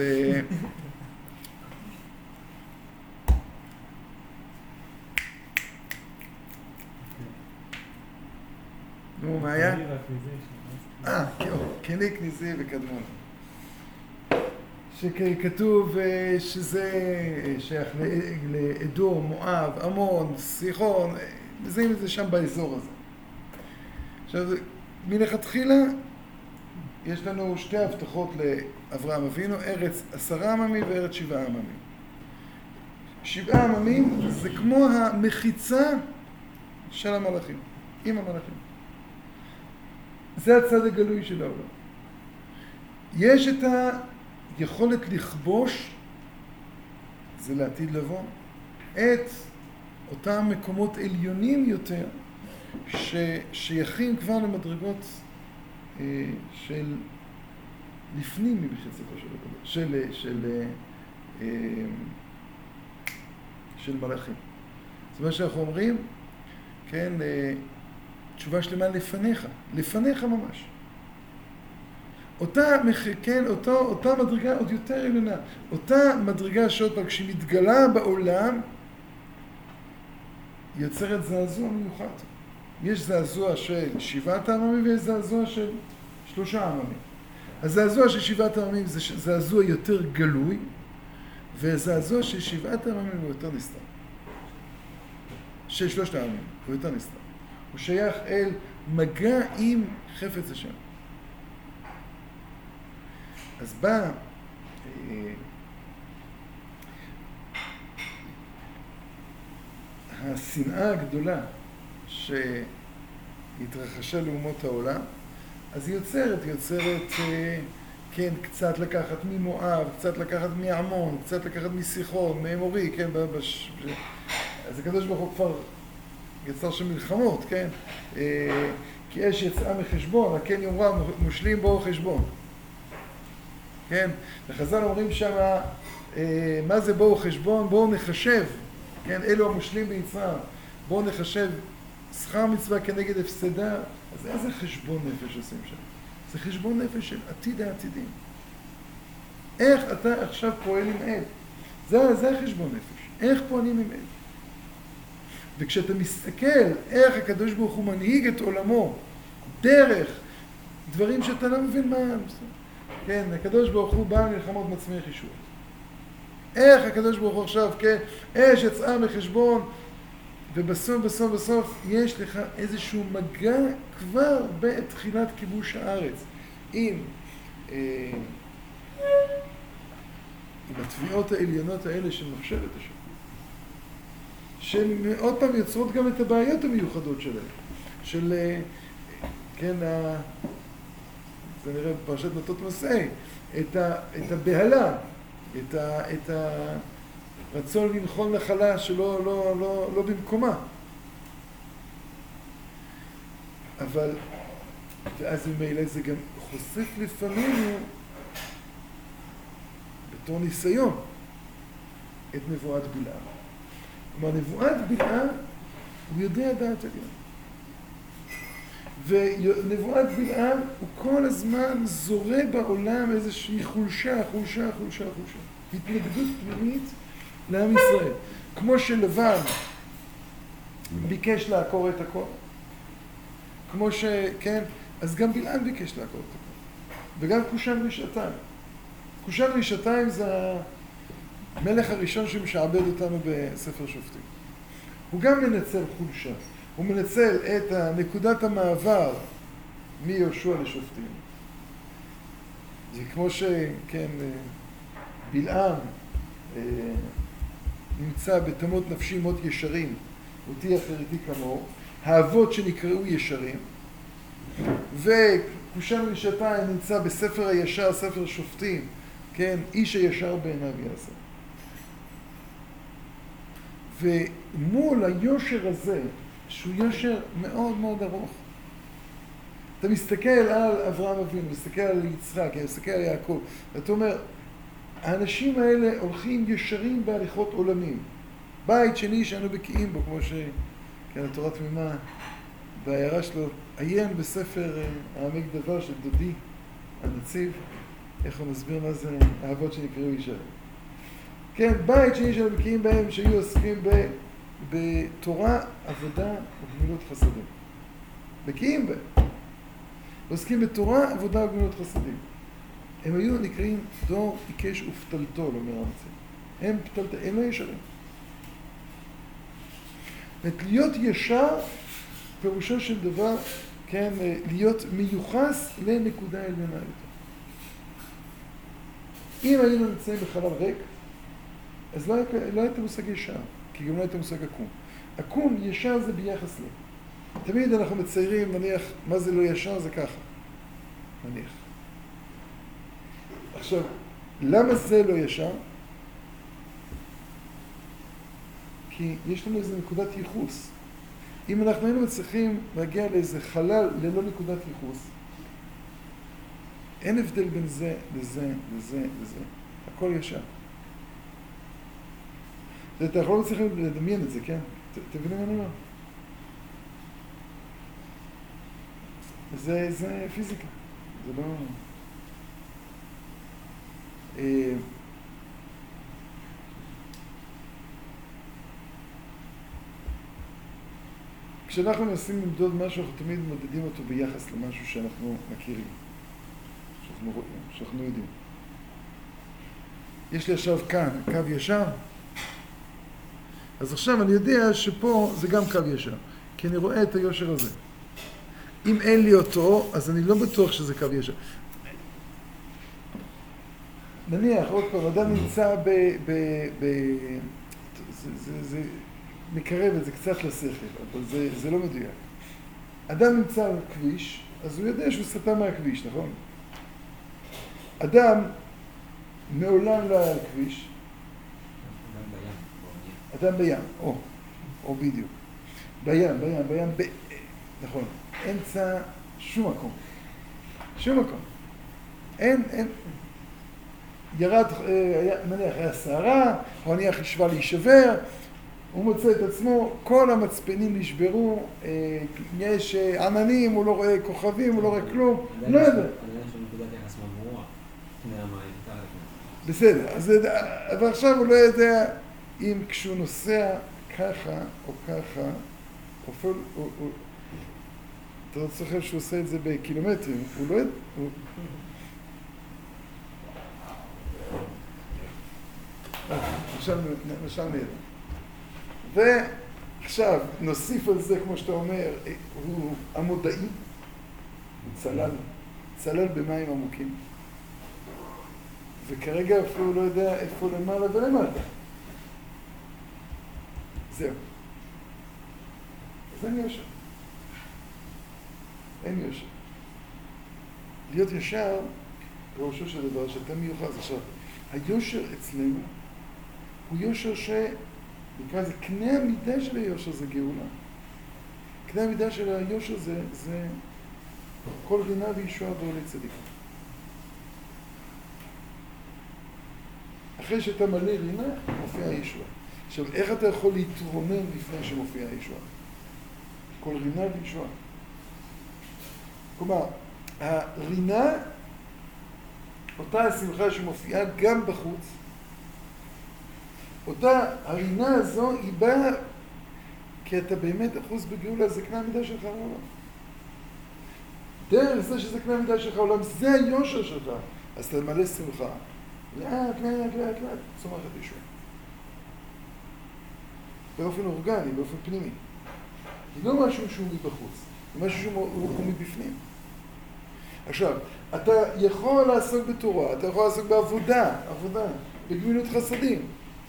נו, מה היה? אה, קניק, ניזי וקדמון. שכתוב שזה שייך לאדום, מואב, עמון, סיחון, מזהים את זה שם באזור הזה. עכשיו, מלכתחילה יש לנו שתי הבטחות לאברהם אבינו, ארץ עשרה עממים וארץ שבעה עממים. שבעה עממים זה כמו המחיצה של המלאכים, עם המלאכים. זה הצד הגלוי של העולם. יש את היכולת לכבוש, זה לעתיד לבוא, את אותם מקומות עליונים יותר, ששייכים כבר למדרגות אה, של לפנים מבחצתו של הקדוש, של, של, אה, של מלאכים. זאת אומרת שאנחנו אומרים, כן, אה, תשובה שלמה לפניך, לפניך ממש. אותה, כן, אותו, אותה מדרגה עוד יותר עליונה, אותה מדרגה שעוד פעם, כשהיא מתגלה בעולם, יוצרת זעזוע מיוחד. יש זעזוע של שבעת העממים ויש זעזוע של שלושה עממים. הזעזוע של שבעת העממים זה זעזוע יותר גלוי, והזעזוע של שבעת העממים הוא יותר נסתר. של שלושת העממים הוא יותר נסתר. הוא שייך אל מגע עם חפץ השם. אז בא אה, השנאה הגדולה שהתרחשה לאומות העולם, אז היא יוצרת, היא יוצרת, אה, כן, קצת לקחת ממואב, קצת לקחת מעמון, קצת לקחת מסיחון, מאמורי, כן, בש... אז הקדוש ברוך הוא כבר יצר שם מלחמות, כן, אה, כי אש יצאה מחשבון, הכן יאמרה מושלים בו חשבון. כן, וחז"ל אומרים שם, אה, מה זה בואו חשבון? בואו נחשב, כן, אלו המושלים ביצרם, בואו נחשב שכר מצווה כנגד הפסדה. אז איזה חשבון נפש עושים שם? זה חשבון נפש של עתיד העתידים. איך אתה עכשיו פועל עם אל? זה, זה החשבון נפש. איך פועלים עם אל? וכשאתה מסתכל איך הקדוש ברוך הוא מנהיג את עולמו, דרך דברים שאתה לא מבין מה... כן, הקדוש ברוך הוא בא מלחמות מצמיח ישועות. איך הקדוש ברוך הוא עכשיו, כן, אש יצאה מחשבון, ובסוף בסוף בסוף יש לך איזשהו מגע כבר בתחילת כיבוש הארץ עם, אה, עם התביעות העליונות האלה של מחשבת השם, שהן עוד פעם יוצרות גם את הבעיות המיוחדות שלהם, של, אה, כן, ה... זה נראה בפרשת נוטות מסעי, את, ה, את הבהלה, את, ה, את הרצון לנחול נחלה שלא לא, לא, לא במקומה. אבל, ואז ממילא זה גם חושף לפנינו, בתור ניסיון, את נבואת בלעם. כלומר, נבואת בלעם, הוא יודע דעת עליון. ונבואת בלעם הוא כל הזמן זורה בעולם איזושהי חולשה, חולשה, חולשה, חולשה. התנגדות פנימית לעם ישראל. כמו שלבן ביקש לעקור את הכל. כמו שכן, אז גם בלעם ביקש לעקור את הכל. וגם קושן רשעתיים. קושן רשעתיים זה המלך הראשון שמשעבד אותנו בספר שופטים. הוא גם מנצל חולשה. הוא מנצל את נקודת המעבר מיהושע לשופטים. זה כמו שכן, בלעם נמצא בתמות נפשי מות ישרים, אותי אחריתי כמוהו, האבות שנקראו ישרים, וקושן רשעתיים נמצא בספר הישר, ספר שופטים, כן, איש הישר בעיניו יעשה. ומול היושר הזה, שהוא יושר מאוד מאוד ארוך. אתה מסתכל על אברהם אבינו, מסתכל על יצחק, מסתכל על יעקב, ואתה אומר, האנשים האלה הולכים ישרים בהליכות עולמים. בית שני שאנו בקיאים בו, כמו שכן, התורה תמימה, בעיירה שלו, עיין בספר העמק דבר של דודי, הנציב, איך הוא מסביר מה זה האבות שנקראו ישרים. כן, בית שני שאנו בקיאים בהם, שהיו עוסקים ב... בתורה, עבודה וגמילות חסדים. בקיאים בהם. עוסקים בתורה, עבודה וגמילות חסדים. הם היו נקראים דור עיקש ופתלתול, אומר המציא. הם פתלתל, הם לא ישרים. זאת להיות ישר, פירושו של דבר, כן, להיות מיוחס לנקודה עליונה יותר. אם היינו נמצאים בחלל ריק, אז לא היה, לא הייתה מושג ישר. כי גם לא הייתה מושג עקום. עקום, ישר זה ביחס ל. תמיד אנחנו מציירים, נניח, מה זה לא ישר, זה ככה. נניח. עכשיו, למה זה לא ישר? כי יש לנו איזו נקודת ייחוס. אם אנחנו היינו מצליחים להגיע לאיזה חלל ללא נקודת ייחוס, אין הבדל בין זה לזה, לזה, לזה. הכל ישר. אתה יכול לא צריך לדמיין את זה, כן? תבינו מה אני אומר. זה, זה פיזיקה. זה לא... כשאנחנו מנסים למדוד משהו, אנחנו תמיד מודדים אותו ביחס למשהו שאנחנו מכירים, שאנחנו רואים, שאנחנו יודעים. יש לי עכשיו כאן קו ישר, אז עכשיו אני יודע שפה זה גם קו ישר, כי אני רואה את היושר הזה. אם אין לי אותו, אז אני לא בטוח שזה קו ישר. נניח, עוד פעם, אדם נמצא ב... ב, ב זה, זה, זה מקרב את זה קצת לשכל, אבל זה, זה לא מדויק. אדם נמצא על כביש, אז הוא יודע שהוא סטה מהכביש, נכון? אדם מעולם לא היה על כביש. אדם בים, או, או בדיוק. בים, בים, בים, ב... נכון. אמצע שום מקום. שום מקום. אין, אין. ירד, נניח, היה סערה, או נניח ישבה להישבר, הוא מוצא את עצמו, כל המצפנים נשברו, יש עננים, הוא לא רואה כוכבים, הוא לא רואה כלום, לא יודע. בסדר, אבל עכשיו הוא לא יודע אם כשהוא נוסע ככה או ככה, אתה לא צריך שהוא עושה את זה בקילומטרים, הוא לא יודע, משל נהדר. ועכשיו נוסיף על זה, כמו שאתה אומר, הוא המודעי, הוא צלל, צלל במים עמוקים. וכרגע אפילו לא יודע איפה למעלה ולמטה. זהו. אז אין יושר. אין יושר. להיות ישר, בראשו של דבר, שאתה מיוחס. עכשיו, היושר אצלנו הוא יושר ש... נקרא זה, קנה המידה של היושר זה גאולה. קנה המידה של היושר זה, זה כל רינה וישועה ועולה צדיק. אחרי שאתה מלא רינה, מופיעה הישועה. עכשיו, איך אתה יכול להתרומם לפני שמופיעה הישועה? כל רינה וישועה. כלומר, הרינה, אותה השמחה שמופיעה גם בחוץ, אותה הרינה הזו היא באה כי אתה באמת אחוז בגאולה, זה קנה המידה שלך לעולם. דרך זה שזה קנה המידה שלך לעולם, זה היושר שלך. אז אתה מלא שמחה. לאט, לאט, לאט, לאט, צומחת ישועה. באופן אורגני, באופן פנימי. היא לא משהו שהוא מבחוץ, זה משהו שהוא הוא מבפנים. עכשיו, אתה יכול לעסוק בתורה, אתה יכול לעסוק בעבודה, עבודה, בגמילות חסדים.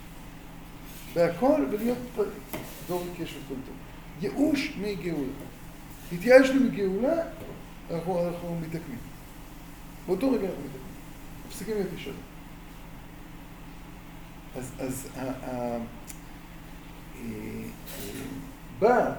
בהכל ולהיות דור קשב כל טוב. ייאוש מגאולה. התייאשנו מגאולה, אנחנו, אנחנו מתקנים. באותו רגע אנחנו מתקנים. מפסיקים להיות ישרים. אז, אז, ה, ה, בא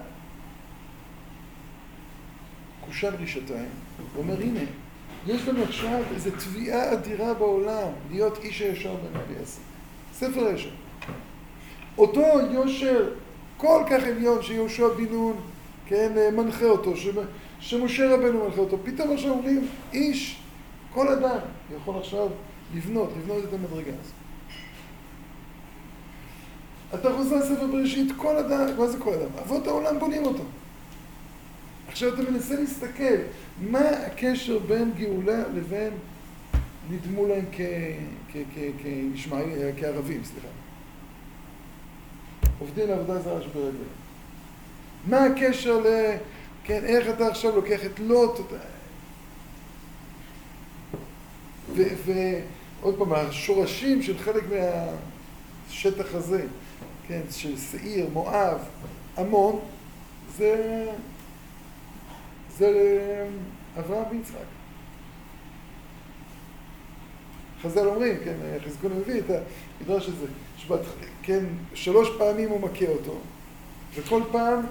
קושן רישתיים, ואומר, הנה, יש לנו עכשיו איזו תביעה אדירה בעולם, להיות איש הישר בן אליעזר. ספר הישר. אותו יושר כל כך עליון שיהושע בן נון, כן, מנחה אותו, שמשה רבנו מנחה אותו, פתאום עכשיו אומרים, איש, כל אדם יכול עכשיו לבנות, לבנות את המדרגה הזאת. אתה חוזר לספר בראשית, כל אדם, מה זה כל אדם? אבות העולם בונים אותו. עכשיו אתה מנסה להסתכל, מה הקשר בין גאולה לבין נדמו להם כישמעאלים, כערבים, סליחה. עובדים לעבודה זרה שברגל. מה הקשר ל... כן, איך אתה עכשיו לוקח את לוט? ועוד פעם, השורשים של חלק מהשטח הזה, כן, של שעיר, מואב, עמון, זה... זה אברהם ויצחק. חז"ל אומרים, כן, חזקון מביא את המדרש הזה, שבת, כן, שלוש פעמים הוא מכה אותו, וכל פעם,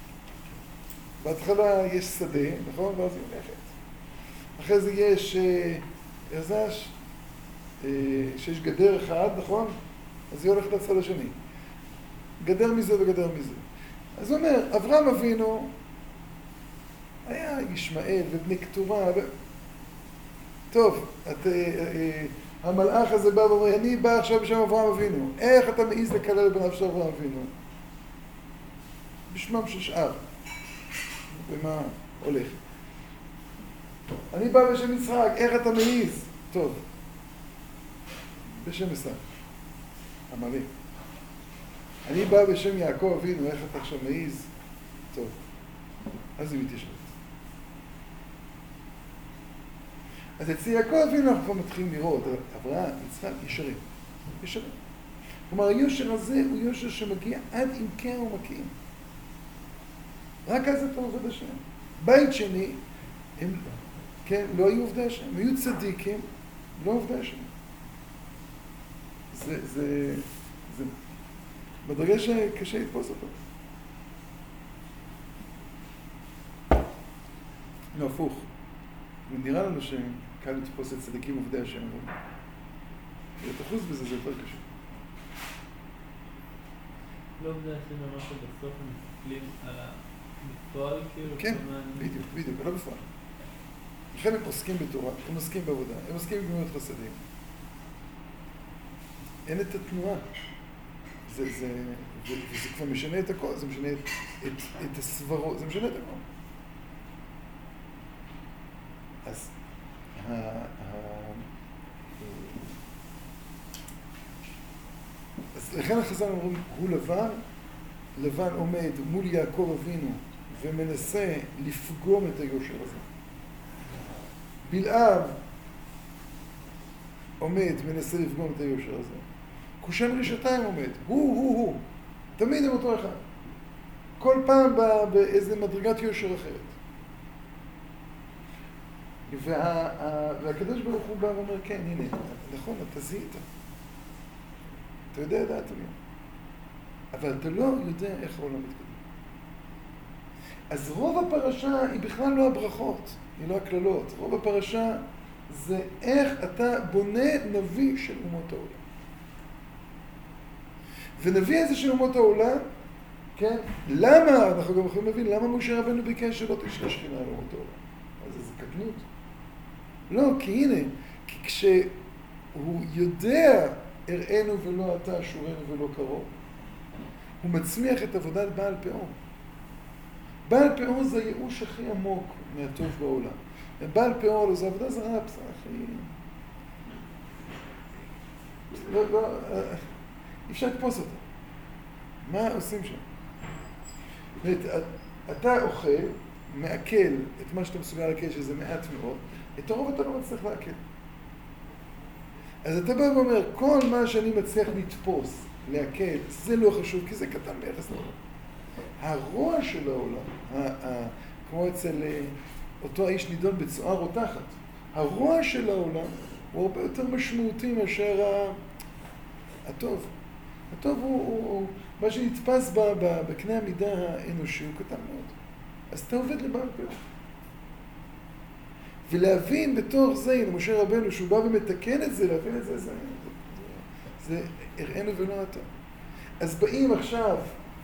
בהתחלה יש שדה, נכון? ואז היא הולכת. אחרי זה יש, איך זה? שיש גדר אחד, נכון? אז היא הולכת לצד השני. גדר מזה וגדר מזה. אז הוא אומר, אברהם אבינו, היה ישמעאל ובני קטורה, ו... טוב, את, אה, אה, המלאך הזה בא ואומר, אני בא עכשיו בשם אברהם אבינו, איך אתה מעיז לקלל בניו של אברהם אבינו? בשמם של שאר, ומה הולך? אני בא בשם יצחק, איך אתה מעיז? טוב, בשם עשיו, המלא. אני בא בשם יעקב אבינו, איך אתה עכשיו מעיז? טוב, אז היא מתיישבת. אז אצלי יעקב אבינו אנחנו כבר מתחילים לראות, אברהם, יצחק, ישרים. ישרים. כלומר, היושר הזה הוא יושר שמגיע עד עמקי העומקים. רק אז אתה עובד השם. בית שני, הם, כן, לא היו עובדי השם, הם היו צדיקים, לא עובדי השם. זה, זה, זה מדרגה שקשה לתפוס אותו. לא, הפוך. ונראה לנו שקל לתפוס את צדיקים עובדי השם, אבל להיות אחוז בזה זה יותר קשה. לא עובדי השם ממש שבסוף הם מסתכלים על המפועל כאילו? כן, בדיוק, בדיוק, לא בפועל. לכן הם עוסקים בתורה, הם עוסקים בעבודה, הם עוסקים בגמילות חסדים. אין את התנועה. זה, זה, וזה כבר משנה את הכל, זה משנה את, את, את הסברות, זה משנה את הכל. אז ה, ה, אז לכן החז"ל אומרים, הוא לבן, לבן עומד מול יעקב אבינו ומנסה לפגום את היושר הזה. בלעם עומד, מנסה לפגום את היושר הזה. קושן רשתיים עומד, הוא, הוא, הוא. תמיד הם אותו אחד. כל פעם באיזה מדרגת יושר אחרת. וה, והקדוש ברוך הוא בא ואומר, כן, הנה, נכון, אתה זיהית. אתה יודע דעת עליון. אבל אתה לא יודע איך העולם מתקדם. אז רוב הפרשה היא בכלל לא הברכות, היא לא הכללות. רוב הפרשה זה איך אתה בונה נביא של אומות העולם. ונביא הזה של אומות העולם, כן? למה, אנחנו גם יכולים להבין, למה משה רבנו ביקש שלא תשרה שכינה על אומות העולם? אז זה קטנות. לא, כי הנה, כי כשהוא יודע הראינו ולא אתה, שורנו ולא קרוב, הוא מצמיח את עבודת בעל פאור. בעל פאור זה הייאוש הכי עמוק מהטוב בעולם. בעל פאור זה עבודה זרה, בסדר, הכי... לא, לא, אפשר לתפוס אותה. מה עושים שם? אתה אוכל, מעכל את מה שאתה מסוגל לעכל, שזה מעט מאוד, את הרוב אתה לא מצליח לעכל. אז אתה בא ואומר, כל מה שאני מצליח לתפוס, לעכל, זה לא חשוב, כי זה קטן ביחס לעולם. הרוע של העולם, כמו אצל אותו האיש נידון בצואה רותחת, הרוע של העולם הוא הרבה יותר משמעותי מאשר הטוב. הטוב הוא, הוא, הוא מה שנתפס בקנה המידה האנושי, הוא קטן מאוד. אז אתה עובד לבעל פאור. ולהבין בתוך זה, הנה משה רבנו, שהוא בא ומתקן את זה, להבין את זה, זה, זה, זה הראינו ולא אתה. אז באים עכשיו,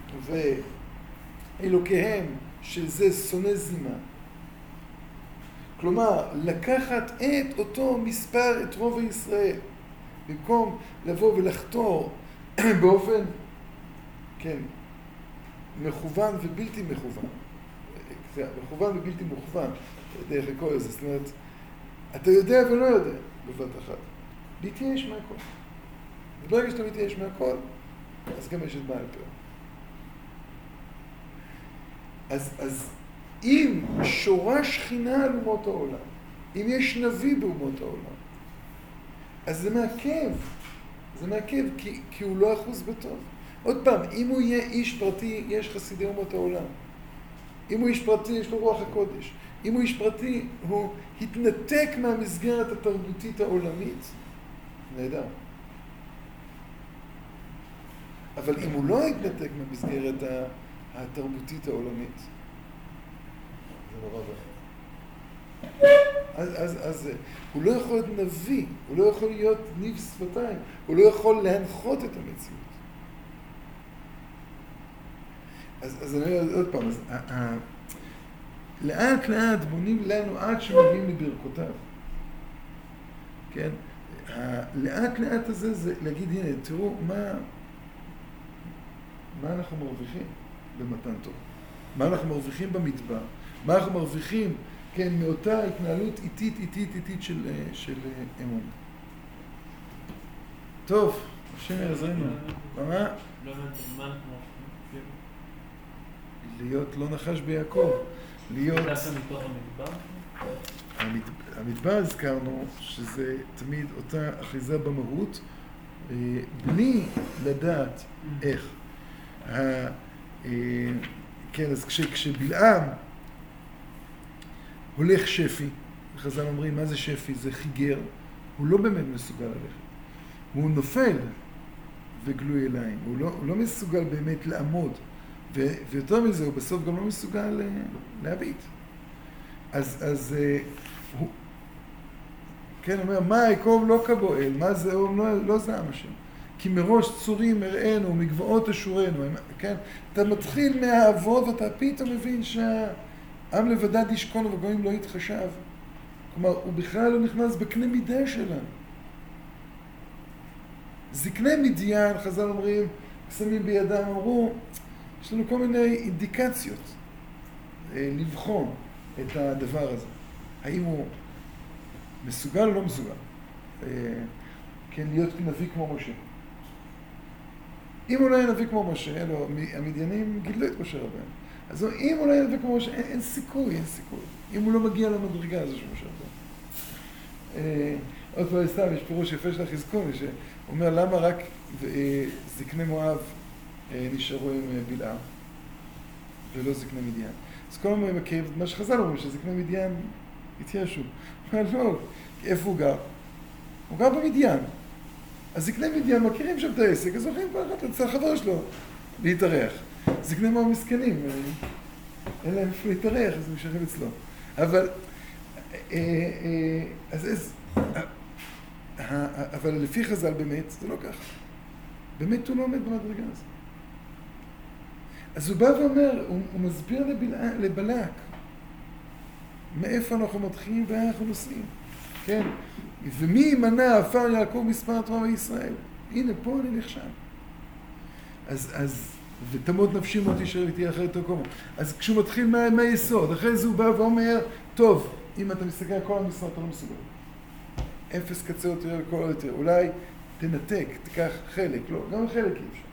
ואלוקיהם, שזה שונא זימה. כלומר, לקחת את אותו מספר, את רוב הישראל, במקום לבוא ולחתור באופן, כן, מכוון ובלתי מכוון. מכוון ובלתי מוכוון, דרך לקרוא לזה. זאת אומרת, אתה יודע ולא יודע בבת אחת. להתייאש מהכל. וברגע שאתה מתייאש מהכל, אז גם יש את בעל פאור. אז, אז אם שורה שכינה על אומות העולם, אם יש נביא באומות העולם, אז זה מעכב. זה מעכב, כי, כי הוא לא אחוז בטוב. עוד פעם, אם הוא יהיה איש פרטי, יש חסידי אומות העולם. אם הוא איש פרטי, יש לו רוח הקודש. אם הוא איש פרטי, הוא התנתק מהמסגרת התרבותית העולמית. נהדר. אבל אם הוא לא התנתק מהמסגרת התרבותית העולמית, זה נורא ואחר. אז, אז, אז הוא לא יכול להיות נביא, הוא לא יכול להיות ניב שפתיים, הוא לא יכול להנחות את המציאות. אז, אז אני אומר עוד פעם, אז, ה, ה, לאט לאט בונים לנו עד שמגיעים לברכותיו. כן? לאט לאט הזה זה להגיד, הנה, תראו מה, מה אנחנו מרוויחים במתן תורה. מה אנחנו מרוויחים במדבר. מה אנחנו מרוויחים, כן, מאותה התנהלות איטית, איטית, איטית של, של אמון. טוב, השם יעזרנו. מה? לא הבנתי, מה אנחנו מרוויחים? להיות לא נחש ביעקב. להיות... דווקא מתוך המדבר? המדבר הזכרנו שזה תמיד אותה אחיזה במהות, בלי לדעת איך. כן, אז כשבלעם הולך שפי, חז"ל אומרים, מה זה שפי? זה חיגר, הוא לא באמת מסוגל ללכת. הוא נופל וגלוי עיניים, הוא לא, הוא לא מסוגל באמת לעמוד. ו- ויותר מזה, הוא בסוף גם לא מסוגל להביט. אז, אז הוא, כן, אומר, מה יעקב לא כבועל, מה זה, הוא לא, לא זעם השם. כי מראש צורים הראינו, מגבעות אשורנו, כן? אתה מתחיל מהאבות ואתה פתאום מבין שהעם לבדד ישכון ובגויים לא יתחשב. כלומר, הוא בכלל לא נכנס בקנה מידה שלנו. זקני מדיין, חז"ל אומרים, שמים בידם, אמרו, יש לנו כל מיני אינדיקציות לבחון את הדבר הזה. האם הוא מסוגל או לא מסוגל? כן, להיות נביא כמו משה. אם הוא לא היה נביא כמו משה, לא, המדיינים גידלו את משה רבנו. אז אם הוא לא היה נביא כמו משה, אין, אין סיכוי, אין סיכוי. אם הוא לא מגיע למדרגה הזו של משה רבנו. עוד פעם סתם, יש פירוש יפה של החזקוני, שאומר למה רק זקני מואב נשארו עם בלעם, ולא זקני מדיין. אז כל הזמן מכיר את מה שחז"ל אומרים, שזקני מדיין התייאשו. הוא אומר, לא, איפה הוא גר? הוא גר במדיין. אז זקני מדיין מכירים שם את העסק, אז הולכים כבר אחת לצל חבר שלו להתארח. זקני מואב מסכנים, אין להם איפה להתארח, אז הם נשארים אצלו. אבל, אז אז, אבל לפי חז"ל באמת, זה לא ככה. באמת הוא לא עומד במדרגה הזאת. אז הוא בא ואומר, הוא, הוא מסביר לבלע, לבלק, מאיפה אנחנו מתחילים ואיך אנחנו נוסעים, כן? ומי ימנע עפר יעקב מספר התורה בישראל? הנה, פה אני נכשל. אז, אז, ותמות נפשי מות תישאר איתי אחרי אותו קומו. אז כשהוא מתחיל מה, מהיסוד, אחרי זה הוא בא ואומר, טוב, אם אתה מסתכל על כל המשרה, אתה לא מסוגל. אפס קצה יותר, כל יותר. אולי תנתק, תיקח חלק, לא, גם חלק אי אפשר.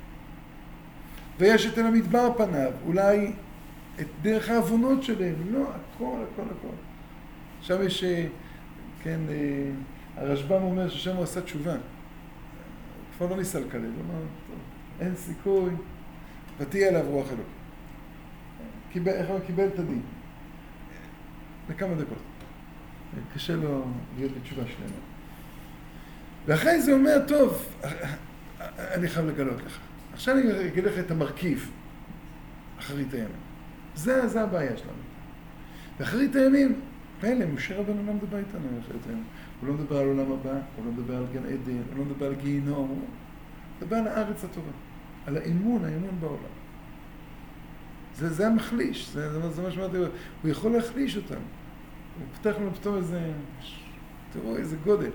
ויש את אל המדבר פניו, אולי את דרך העוונות שלהם, לא, הכל, הכל, הכל. שם יש, כן, הרשב"ם אומר ששם הוא עשה תשובה. כבר לא ניסה לקלל, הוא אמר, טוב, אין סיכוי, ותהיה אליו רוח אלוקים. קיבל, איך הוא קיבל את הדין? לכמה דקות. קשה לו להיות בתשובה שלנו. ואחרי זה הוא אומר, טוב, אני חייב לגלות לך. עכשיו אני אגיד לך את המרכיב, אחרית הימים. זה, זה הבעיה שלנו. ואחרית הימים, פלא, משה רבנו לא מדבר איתנו על אחרית הימים. הוא לא מדבר על עולם הבא, הוא לא מדבר על גן עדן, הוא לא מדבר על גיהינום, הוא מדבר על הארץ הטובה, על האמון, האמון בעולם. זה, זה המחליש, זה, זה, זה מה שאמרתי, הוא יכול להחליש אותם. הוא פתח לנו פתאום איזה, תראו איזה גודל.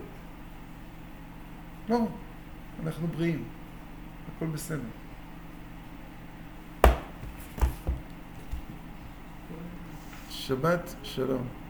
לא, אנחנו בריאים. הכל בסדר. שבת שלום.